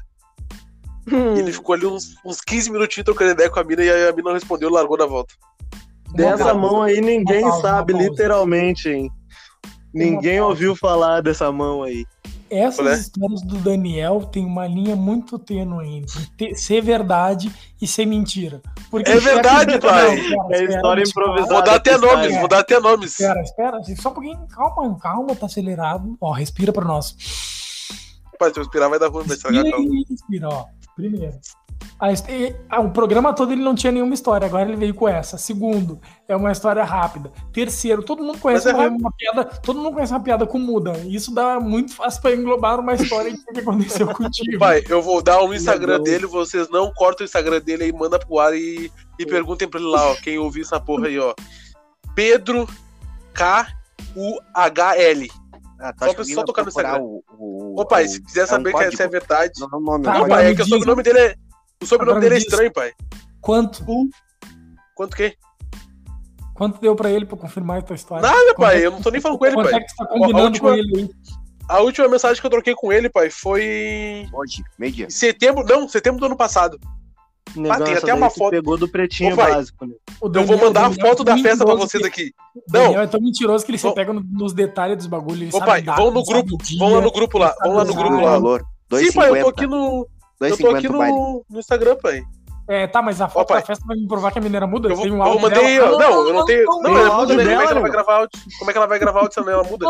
hum, E ele ficou ali uns, uns quinze minutinhos trocando ideia com a mina e aí a mina não respondeu e largou na volta. dessa Uma mão aí ninguém Uma pausa, sabe, uma pausa. literalmente, hein? Ninguém pausa. ouviu falar dessa mão aí. essas Né? histórias do Daniel tem uma linha muito tênue entre ter- ser verdade e ser mentira. Porque É verdade, pai. É história improvisada. Vou dar até Freestyle. nomes, vou dar até nomes. Espera, espera, assim, só um pouquinho, calma, calma, tá acelerado. Ó, respira pra nós. Pai, se eu respirar vai dar ruim, vai estragar a Respira calma. e respira, ó. Primeiro. A his- e- ah, o programa todo ele não tinha nenhuma história, agora ele veio com essa. Segundo, é uma história rápida. Terceiro, todo mundo conhece Mas é uma, rápido. uma piada, todo mundo conhece uma piada com muda. Isso dá muito fácil pra englobar uma história de que aconteceu contigo. Pai, eu vou dar o Instagram Legal. dele, vocês não cortam o Instagram dele aí, manda pro ar e, e perguntem pra ele lá, ó, quem ouviu essa porra aí, ó. Pedro K U H L. Ah, tu Só acha pra- que só alguém vai tocar no procurar Instagram. o, o, Ô pai, o- se quiser é um saber que código? essa é verdade. Não, não, nome, Tá, é um Não, código. pai, é me que o diz- sobrenome dele é. O sobrenome Agora dele é me diz. estranho, pai. Quanto? Quanto que? Quanto deu pra ele pra confirmar a tua história? Nada, Quanto pai, é eu não tô nem falando com ele, Quanto pai. é que você tá combinando última- com ele, hein? A última mensagem que eu troquei com ele, pai, foi Hoje, meio-dia. em setembro. Não, setembro do ano passado. Negão, tem essa até daí uma tu foto. pegou do pretinho Ô, pai, básico, né? O Eu Daniel- vou mandar a o Daniel foto é da tão festa pra mentiroso vocês que- aqui. O Daniel Não, é tão mentiroso que ele se Ô- pega no- nos detalhes dos bagulhos. Ele ô sabe pai, data, vão no ele sabe grupo, dia, vão lá no grupo lá, ele sabe vão lá no os grupo horários. lá. Valor. Sim, pai, eu tô dois e cinquenta. aqui no. dois e Eu tô aqui cinquenta o baile. no, no Instagram, pai. É, tá, mas a foto pai. da festa vai me provar que a mineira muda? Eu vou, Tem um eu áudio mandei. dela. Não, eu não tenho. Não, Tem ela áudio muda, né? Como é dela, que ela vai meu? gravar áudio? Como é que ela vai gravar áudio se ela muda?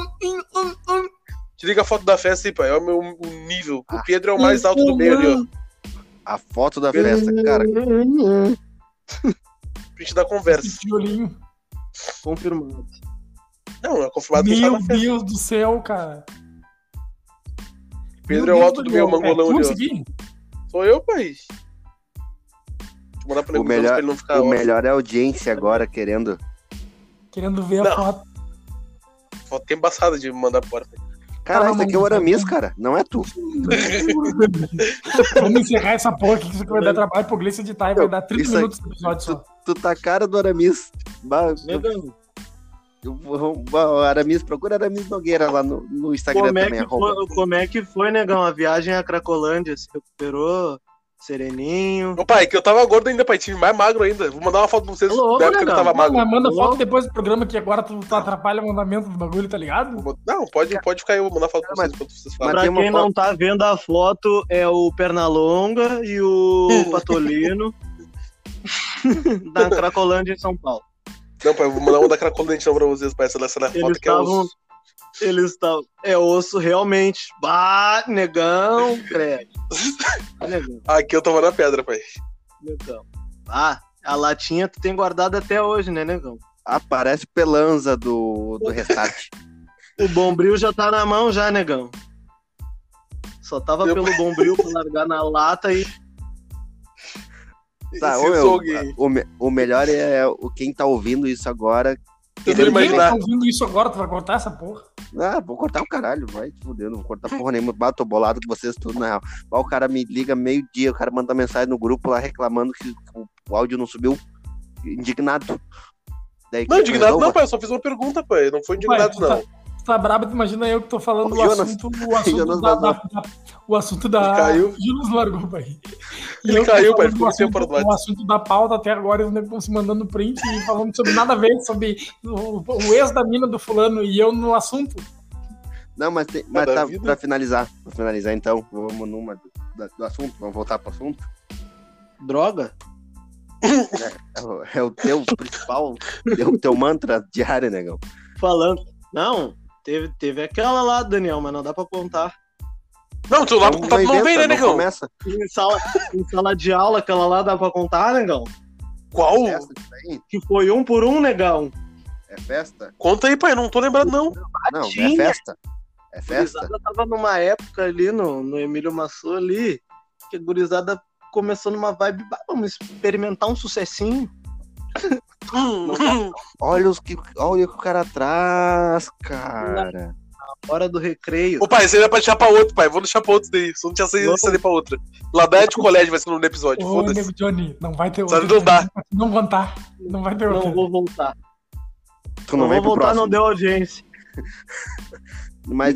Te liga a foto da festa aí, pai. Olha o meu o nível. O Pedro é o mais alto do meio ali, ó. A foto da festa, cara. Print da conversa. Esse tiolinho. Confirmado. Não, é confirmado que a gente tá Meu na festa. Deus do céu, cara. Pedro Meu é o Deus, alto do Daniel. meu mangolão é, ali, tu ó. aqui? Sou eu, pai. Deixa eu mandar pro O nego Deus pra melhor, ele não ficar o órfão. melhor é a audiência agora querendo. Querendo ver a Não. foto. Foto que é embaçada de mandar fora. Cara, Tá, isso aqui é o Aramis, cara. Não é tu. Vamos encerrar essa porra aqui, que isso aqui vai dar trabalho pro Gleice editar e vai dar trinta Isso aqui- minutos de episódio só. Tu tá a cara do Aramis. Bah, Negão, eu vou- o Aramis, procura Aramis Nogueira lá no, no Instagram como é, também. que arroba. foi, como é que foi, negão? A viagem à Cracolândia? Se recuperou? Sereninho? Ô, pai, que eu tava gordo ainda, pai. Tive mais magro ainda. Vou mandar uma foto pra vocês Louco, da época que eu legal. tava magro. Mas manda Logo. foto depois do programa que agora tu, tu atrapalha o mandamento do bagulho, tá ligado? Não, pode, pode ficar aí, eu vou mandar foto pra Mas- vocês enquanto vocês mas falam. Pra tem uma quem foto- não tá vendo a foto, é o Pernalonga e o Patolino da Cracolândia em São Paulo. Não, pai, eu vou mandar uma da Cracola Dentão pra vocês, pai. Essa dessa da foto Eles que é estavam. os... Eles estavam. É osso realmente. Bah, negão, credo. Negão, Aqui eu tava na pedra, pai. negão. Ah, a latinha tu tem guardado até hoje, né, negão? Aparece Pelanza do, do Restart. O Bombril já tá na mão já, negão. Só tava Meu pelo Bombril pra largar na lata e. Tá, Esse ô, meu, açougue- o, me- o melhor é o quem tá ouvindo isso agora. Tentando Ninguém imaginar. tá ouvindo isso agora, tu vai cortar essa porra? Ah, vou cortar o caralho, vai te fudendo, não vou cortar porra nenhuma. Bah, tô bolado com vocês tudo, na real. Bah, o cara me liga meio-dia, o cara manda mensagem no grupo lá reclamando que o, o áudio não subiu. Indignado. Daí, Não, que indignado resolva? não, pai. Eu só fiz uma pergunta, pai. Não foi indignado, Pai, tu não. Tá, tu tá brabo, tu imagina eu que tô falando Ô, do Jonas. assunto, o assunto Jonas da, vazou. da- da- o assunto da... Ele caiu. O Jonas largou, pai. E Ele eu tô caiu, falando pai, do ficou um tempo assunto- fora do WhatsApp. O assunto da pauta até agora, eles estão se mandando print e falando sobre nada a ver, sobre o, o ex da mina do fulano e eu no assunto. Não, mas, tem, mas da tá, vida. pra finalizar, pra finalizar então, vamos numa do, da- do assunto, vamos voltar pro assunto. Droga? É, o- é o teu principal, é o teu mantra diário, negão. Falando. Não, teve, teve aquela lá, Daniel, mas não dá pra contar. Não, tu lá pra contar, tu não inventa, vem, né, não negão? começa. Em sala, em sala de aula, aquela lá dá pra contar, negão? Qual? Festa, isso aí? Que foi um por um, negão. É festa? Conta aí, pai. Não tô lembrado, não. Não, é tinha. festa. É A festa. gurizada tava numa época ali no, no Emílio Massô ali, que a gurizada começou numa vibe, "Bah, vamos experimentar um sucessinho." Olha os que, olha o que o cara traz, cara. Hora do recreio. Ô, pai, você vai pra deixar pra outro, pai. Vou deixar pra outro daí. Só não tinha saído isso ali pra outra. Ladaia de colégio vai ser no nome do episódio. Ô, Foda-se. nego Johnny, não vai ter Sabe, outro. não dá. Não contar. Não vai ter outro. Não vou voltar. Tu não Não vem vou pro voltar, próximo. não deu audiência. Mas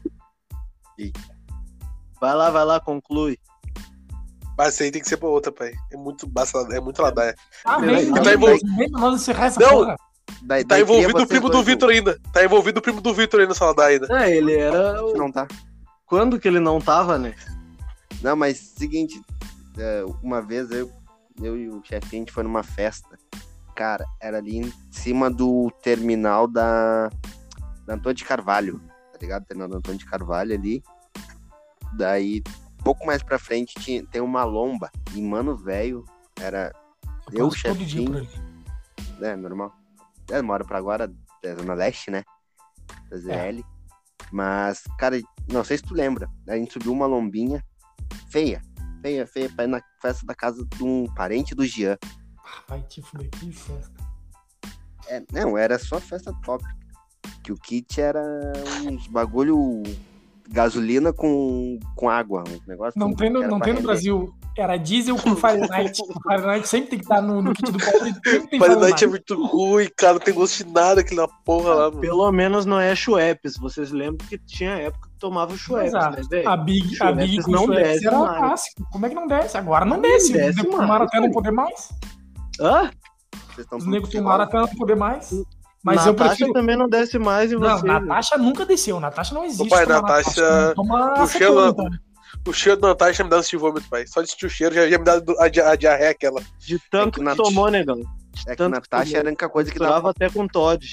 Vai lá, vai lá, conclui. Mas esse aí tem que ser pra outra, pai. É muito, basta, é muito ladaia. Ah, Peraí, vem, tá vem, envol- vem pra nós encerrar essa Não. porra. Daí, Tá daí envolvido cria o primo vocês do dois Vitor ainda. Tá envolvido o primo do Vitor aí na sala da ainda. É, ele era. o- juntos. Não tá? Quando que ele não tava, né? Não, mas seguinte, é, uma vez eu, eu e o chefe, a gente foi numa festa. Cara, era ali em cima do terminal da, da Antônio de Carvalho, tá ligado? Terminal da Antônio de Carvalho ali. Daí, pouco mais pra frente, tinha, tem uma lomba. E, mano, velho, era eu, o Passo todo dia por chefinho, ali. né, normal. É, moro pra agora, é Zona Leste, né? Da Z L. Mas, cara, não sei se tu lembra. A gente subiu uma lombinha feia, feia, feia, pra ir na festa da casa de um parente do Jean. Vai te fuder, que festa. É, não, era só festa top. Que o kit era uns bagulho gasolina com, com água. Um negócio Não que tem no, era não pra tem no render. Brasil. Era diesel com Fahrenheit. O Fahrenheit sempre tem que estar no, no kit do pobre. Sempre tem Qualidade é Fahrenheit. muito ruim, cara. Não tem gosto de nada aquela porra lá, mano. Pelo menos não é Schweppes. Vocês lembram que tinha época que tomava Schweppes, né, Exato. velho? A Big, a Big Schweppes com não Schweppes desce era mais. clássico. Como é que não desce? Agora não Não desce. desce Os negros mais, tomaram até não velho. poder mais. Hã? Vocês estão Os tudo negros de tomaram volta. até não poder mais. Mas eu Natasha prefiro. também não desce mais em Não, você. Natasha nunca desceu. Natasha não existe. Ô, pai, tomar Natasha- Toma o cheiro- acetona. O cheiro da Natasha me dá ânsia de vômito, pai. Só de sentir o cheiro já, já me dá a, di- a diarreia aquela. De tanto É que que, Nat- tomou, negão. É que Tanto Natasha que era a única coisa que dava. Misturava até com Todd.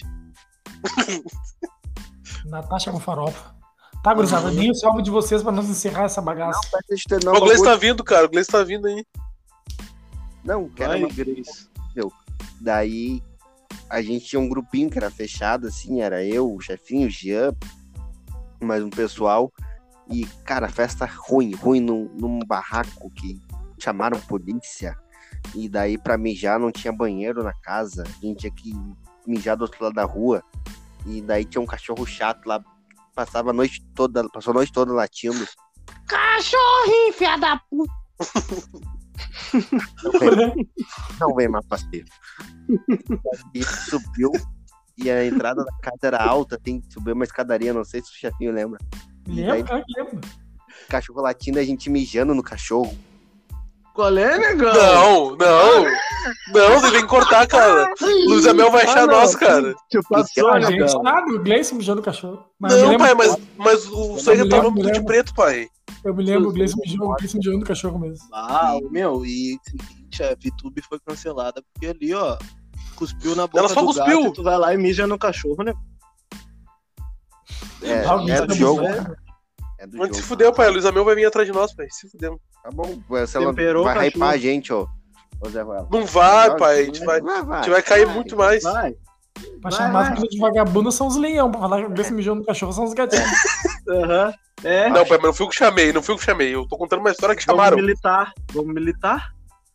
Natasha com farofa. Tá, gurizada, dei o salve de vocês pra nós encerrar essa bagaça. Deixa eu terminar Ó, o Gleice bagulho. tá vindo, cara. O Gleice tá vindo aí. Não, que era Vai, uma- Grace. Daí a gente tinha um grupinho que era fechado, assim, era eu, o chefinho, o Jean, mais um pessoal. E, cara, festa ruim, ruim num, num barraco que chamaram polícia. E daí pra mijar não tinha banheiro na casa. A gente tinha que mijar do outro lado da rua. E daí tinha um cachorro chato lá. Passava a noite toda, passou a noite toda latindo. Cachorrinho, filha da puta. Não vem, não vem mais passeio. E subiu. E a entrada da casa era alta, tem que subir uma escadaria, não sei se o chefinho lembra. Lembra? Claro que lembra. Cachorro latindo, a gente mijando no cachorro. Qual é, negão? Não, não. Não, você tem que cortar, cara. Luiz Amel vai achar Ah, não. nós, cara. Te passou, A negão. gente sabe, o Gleice mijou no cachorro. Mas eu me Não, lembro- pai, mas, mas o sangue me tava lembro, tudo de lembro. preto, pai. Eu me lembro, o Gleice mijou, o Gleice mijou no cachorro mesmo. Ah, meu, e seguinte, a VTube foi cancelada porque ali, ó, cuspiu na boca Ela só do cuspiu. gato e tu vai lá e mija no cachorro, né? É, Alguém é tá do jogo, mijando. cara. É do Onde jogo. se fudeu, pai. A Luiz Amel vai vir atrás de nós, pai. Se fudeu. Tá bom, se ela Temperou vai o cachorro. hypar a gente, ó. Ô, Zé Vala. Não vai, pai. A gente vai, vai, a gente vai cair muito mais. Vai. Pra Vai, chamar vai. as coisas de vagabundo são os leão. Pra falar que o Gleice mijou no cachorro são os gatinhos. Aham. É. Não, pai, mas não fui eu que chamei. Não fui eu que chamei. Eu tô contando uma história que Vamos chamaram. militar. Vamos militar?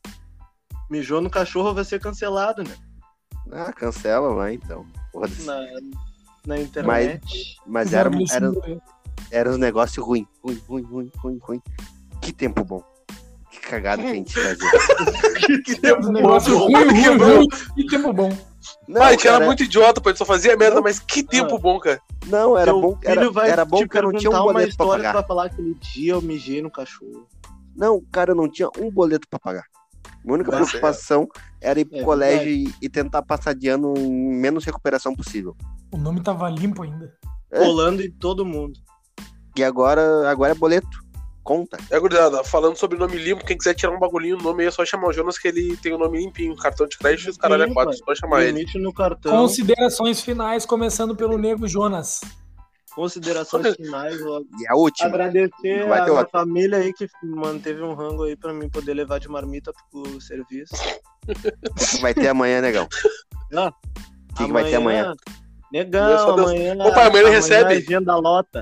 Mijou no cachorro vai ser cancelado, né? Ah, cancela lá então. Foda-se. Na, na internet. Mas era, Fizeram Gleice era, no- era um negócio ruim. Ruim, ruim, ruim, ruim, ruim. Que tempo bom. Que cagada que a gente fazia. Que tempo Os bom. negócios ruim, ruim, ruim. Que tempo bom. Não, Pai, a gente era cara, muito idiota, pai. A gente só fazia merda, Não. mas que tempo Ah. bom, cara. não, era Teu bom, era, filho vai era bom te que eu não tinha um perguntar uma boleto pra história pagar. pra falar aquele dia eu mijei no cachorro. Não, cara, eu não tinha um boleto pra pagar. Minha única Mas preocupação era ir pro É colégio e, e tentar passar de ano em menos recuperação possível. O nome tava limpo ainda. É. Rolando em todo mundo. E agora, agora é boleto. Conta. É, gurizada, falando sobre nome limpo, quem quiser tirar um bagulhinho no nome aí é só chamar o Jonas, que ele tem o nome limpinho. Cartão de crédito e os caralho é Sim, quatro. pai. Só chamar ele. Limite no cartão. Considerações finais, começando pelo Nego Jonas. Considerações finais. Ó. E a última. Agradecer Vai a ter minha outra. família aí que manteve um rango aí pra mim poder levar de marmita pro serviço. O que vai ter amanhã, negão? Ah, O que, que vai ter amanhã? Meu Negão, Deus. amanhã. Ô, pai, amanhã ele recebe. é agenda lota.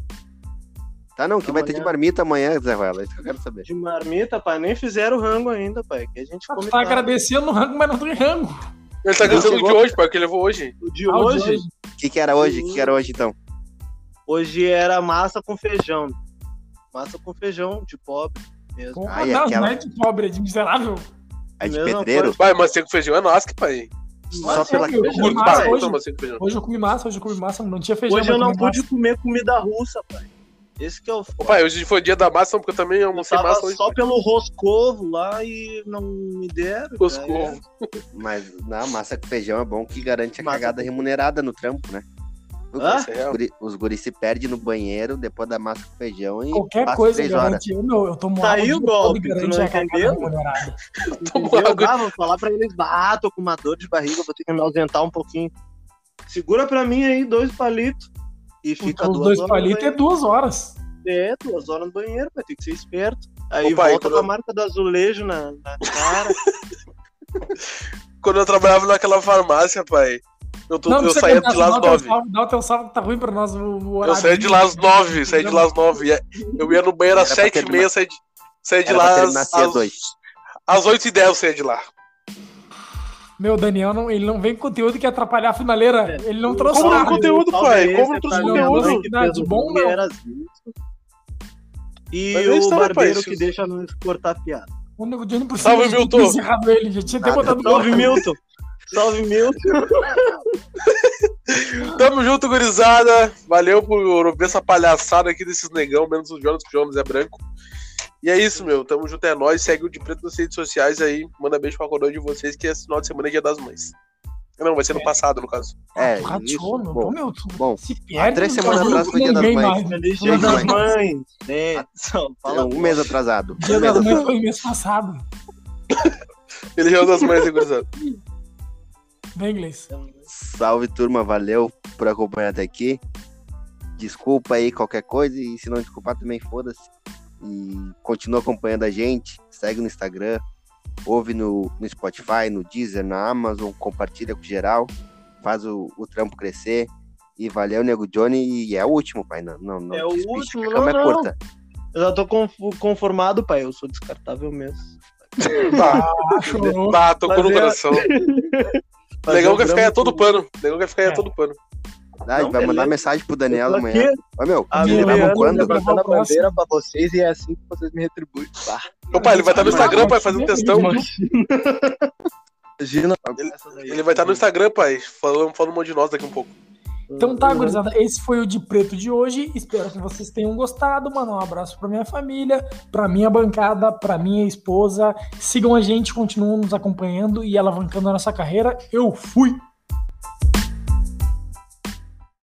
Tá, não, o que vai ter de Amanhã. marmita amanhã, Zé Ruela? É isso que eu quero saber. De marmita, pai. Nem fizeram o rango ainda, pai. Que a gente Ah, come tu tá tarde. agradecendo no rango, mas não tem rango. Ele tá agradecendo o de chegou. hoje, pai, que ele levou hoje. O de Ah, o de hoje, hoje. O que, que era hoje? O que, que era hoje, então? hoje era massa com feijão. Massa com feijão de pobre mesmo. Pô, Ai, não, aquela- não é de pobre, é de miserável. É de Mesma pedreiro? Pai, mas tem com feijão é nosso, pai. Só Mas, pela é, eu feijão. comi Muito massa barato, hoje. mas tem com feijão. Hoje eu comi massa, hoje eu comi massa, não tinha feijão. Hoje eu mas não comi pude comer comida russa, pai. Esse que é o Ô, pai, hoje foi dia da massa, porque eu também Eu almocei tava massa hoje. só pelo roscovo lá e não me deram. Roscovo. Mas na massa com feijão é bom que garante a Massa cagada com- remunerada no trampo, né? Hã? Isso é Os real. guri, os guri se perdem no banheiro depois da massa com feijão e Qualquer passa coisa três horas. garante. Meu, eu tomo Tá água aí o o dia todo golpe, e tu garante não a cagada entendeu? remunerada. Toma Entendeu? água. Ah, vou falar pra eles, ah, tô com uma dor de barriga, vou ter que me ausentar um pouquinho. Segura pra mim aí dois palitos e fica Os duas dois horas palitos no é duas horas. banheiro. É, duas horas no banheiro, vai ter que ser esperto. Aí Ô, pai, volta quando com a eu- marca do azulejo na, na cara. Quando eu trabalhava naquela farmácia, pai, eu, tô, Não, eu precisa saía cantar, de lá às dá o teu nove. salve, Dá o teu salve que tá ruim pra nós o, o Eu horário. saía de lá às nove, saía de lá às nove. Eu ia no banheiro às Era pra sete e terminar- meia, saía de, saía de Era pra lá terminar às, cedo às, hoje. às oito e dez eu saía de lá. Meu, Daniel, não, ele não vem com conteúdo que ia atrapalhar a finaleira. Ele não trouxe Como nada. não conteúdo, Salve pai? esse Como não é trouxe pra minha conteúdo? mãe que fez De o bom, bom não. era isso. E Mas é o isso, né, barbeiro pai? que deixa nós cortar piada. O Nego Johnny por Salve, cima Milton. tinha encerrado ele. Já tinha até Nada. botado Salve, Milton! Salve, Milton! Tamo junto, gurizada. Valeu por ver essa palhaçada aqui desses negão, menos o Jonas, que o Jonas é branco. E é isso, meu. Tamo junto, é nóis. Segue o De Preto nas redes sociais aí. Manda beijo pra coroa de vocês, que esse final de semana é dia das mães. Não, vai ser no passado, no caso. É, Tu rachou, isso. meu. Bom, Pô, meu, tu bom, se há perde. três no semanas bagulho atrás que foi Dia não das vem Mães. mais. Feliz Dia dia das das mães! É, só fala um mês atrasado. Dia Um mês das Mães atrasado. foi mês passado. Ele é das mães, hein, gurizada. Bem inglês. Salve, turma. Valeu por acompanhar até aqui. Desculpa aí qualquer coisa. E se não desculpar, também foda-se. E continua acompanhando a gente. Segue no Instagram. Ouve no, no Spotify, no Deezer, na Amazon. Compartilha com geral. Faz o, o trampo crescer. E valeu, Nego Johnny. E é o último, pai. Não, não, não É o despiste, último, que a não, cama é não. curta. Eu já tô conf- conformado, pai. Eu sou descartável mesmo. Bah, Ah, chorou. bah, tocou Mas no é- coração. Fazer Legal o que ficar drama é todo com- pano. Legal que ficar é É. todo pano. Ah, a gente Não, vai mandar beleza. mensagem pro Daniel Eu tô amanhã. aqui, Ô, meu, a Dia grava das quando? Mães, levantando a Próximo. bandeira pra vocês e é assim que vocês me retribuem. Bah, Ô, pai, ele vai estar no Instagram, pai, fazendo textão. imagina. Ele- Essa daí. Ele vai estar no Instagram, pai, falando, falando um monte de nós daqui um pouco. Então tá, gurizada, esse foi o De Preto de hoje. Espero que vocês tenham gostado. Mano, um abraço pra minha família, pra minha bancada, pra minha esposa. Sigam a gente, continuam nos acompanhando e alavancando a nossa carreira. Eu fui!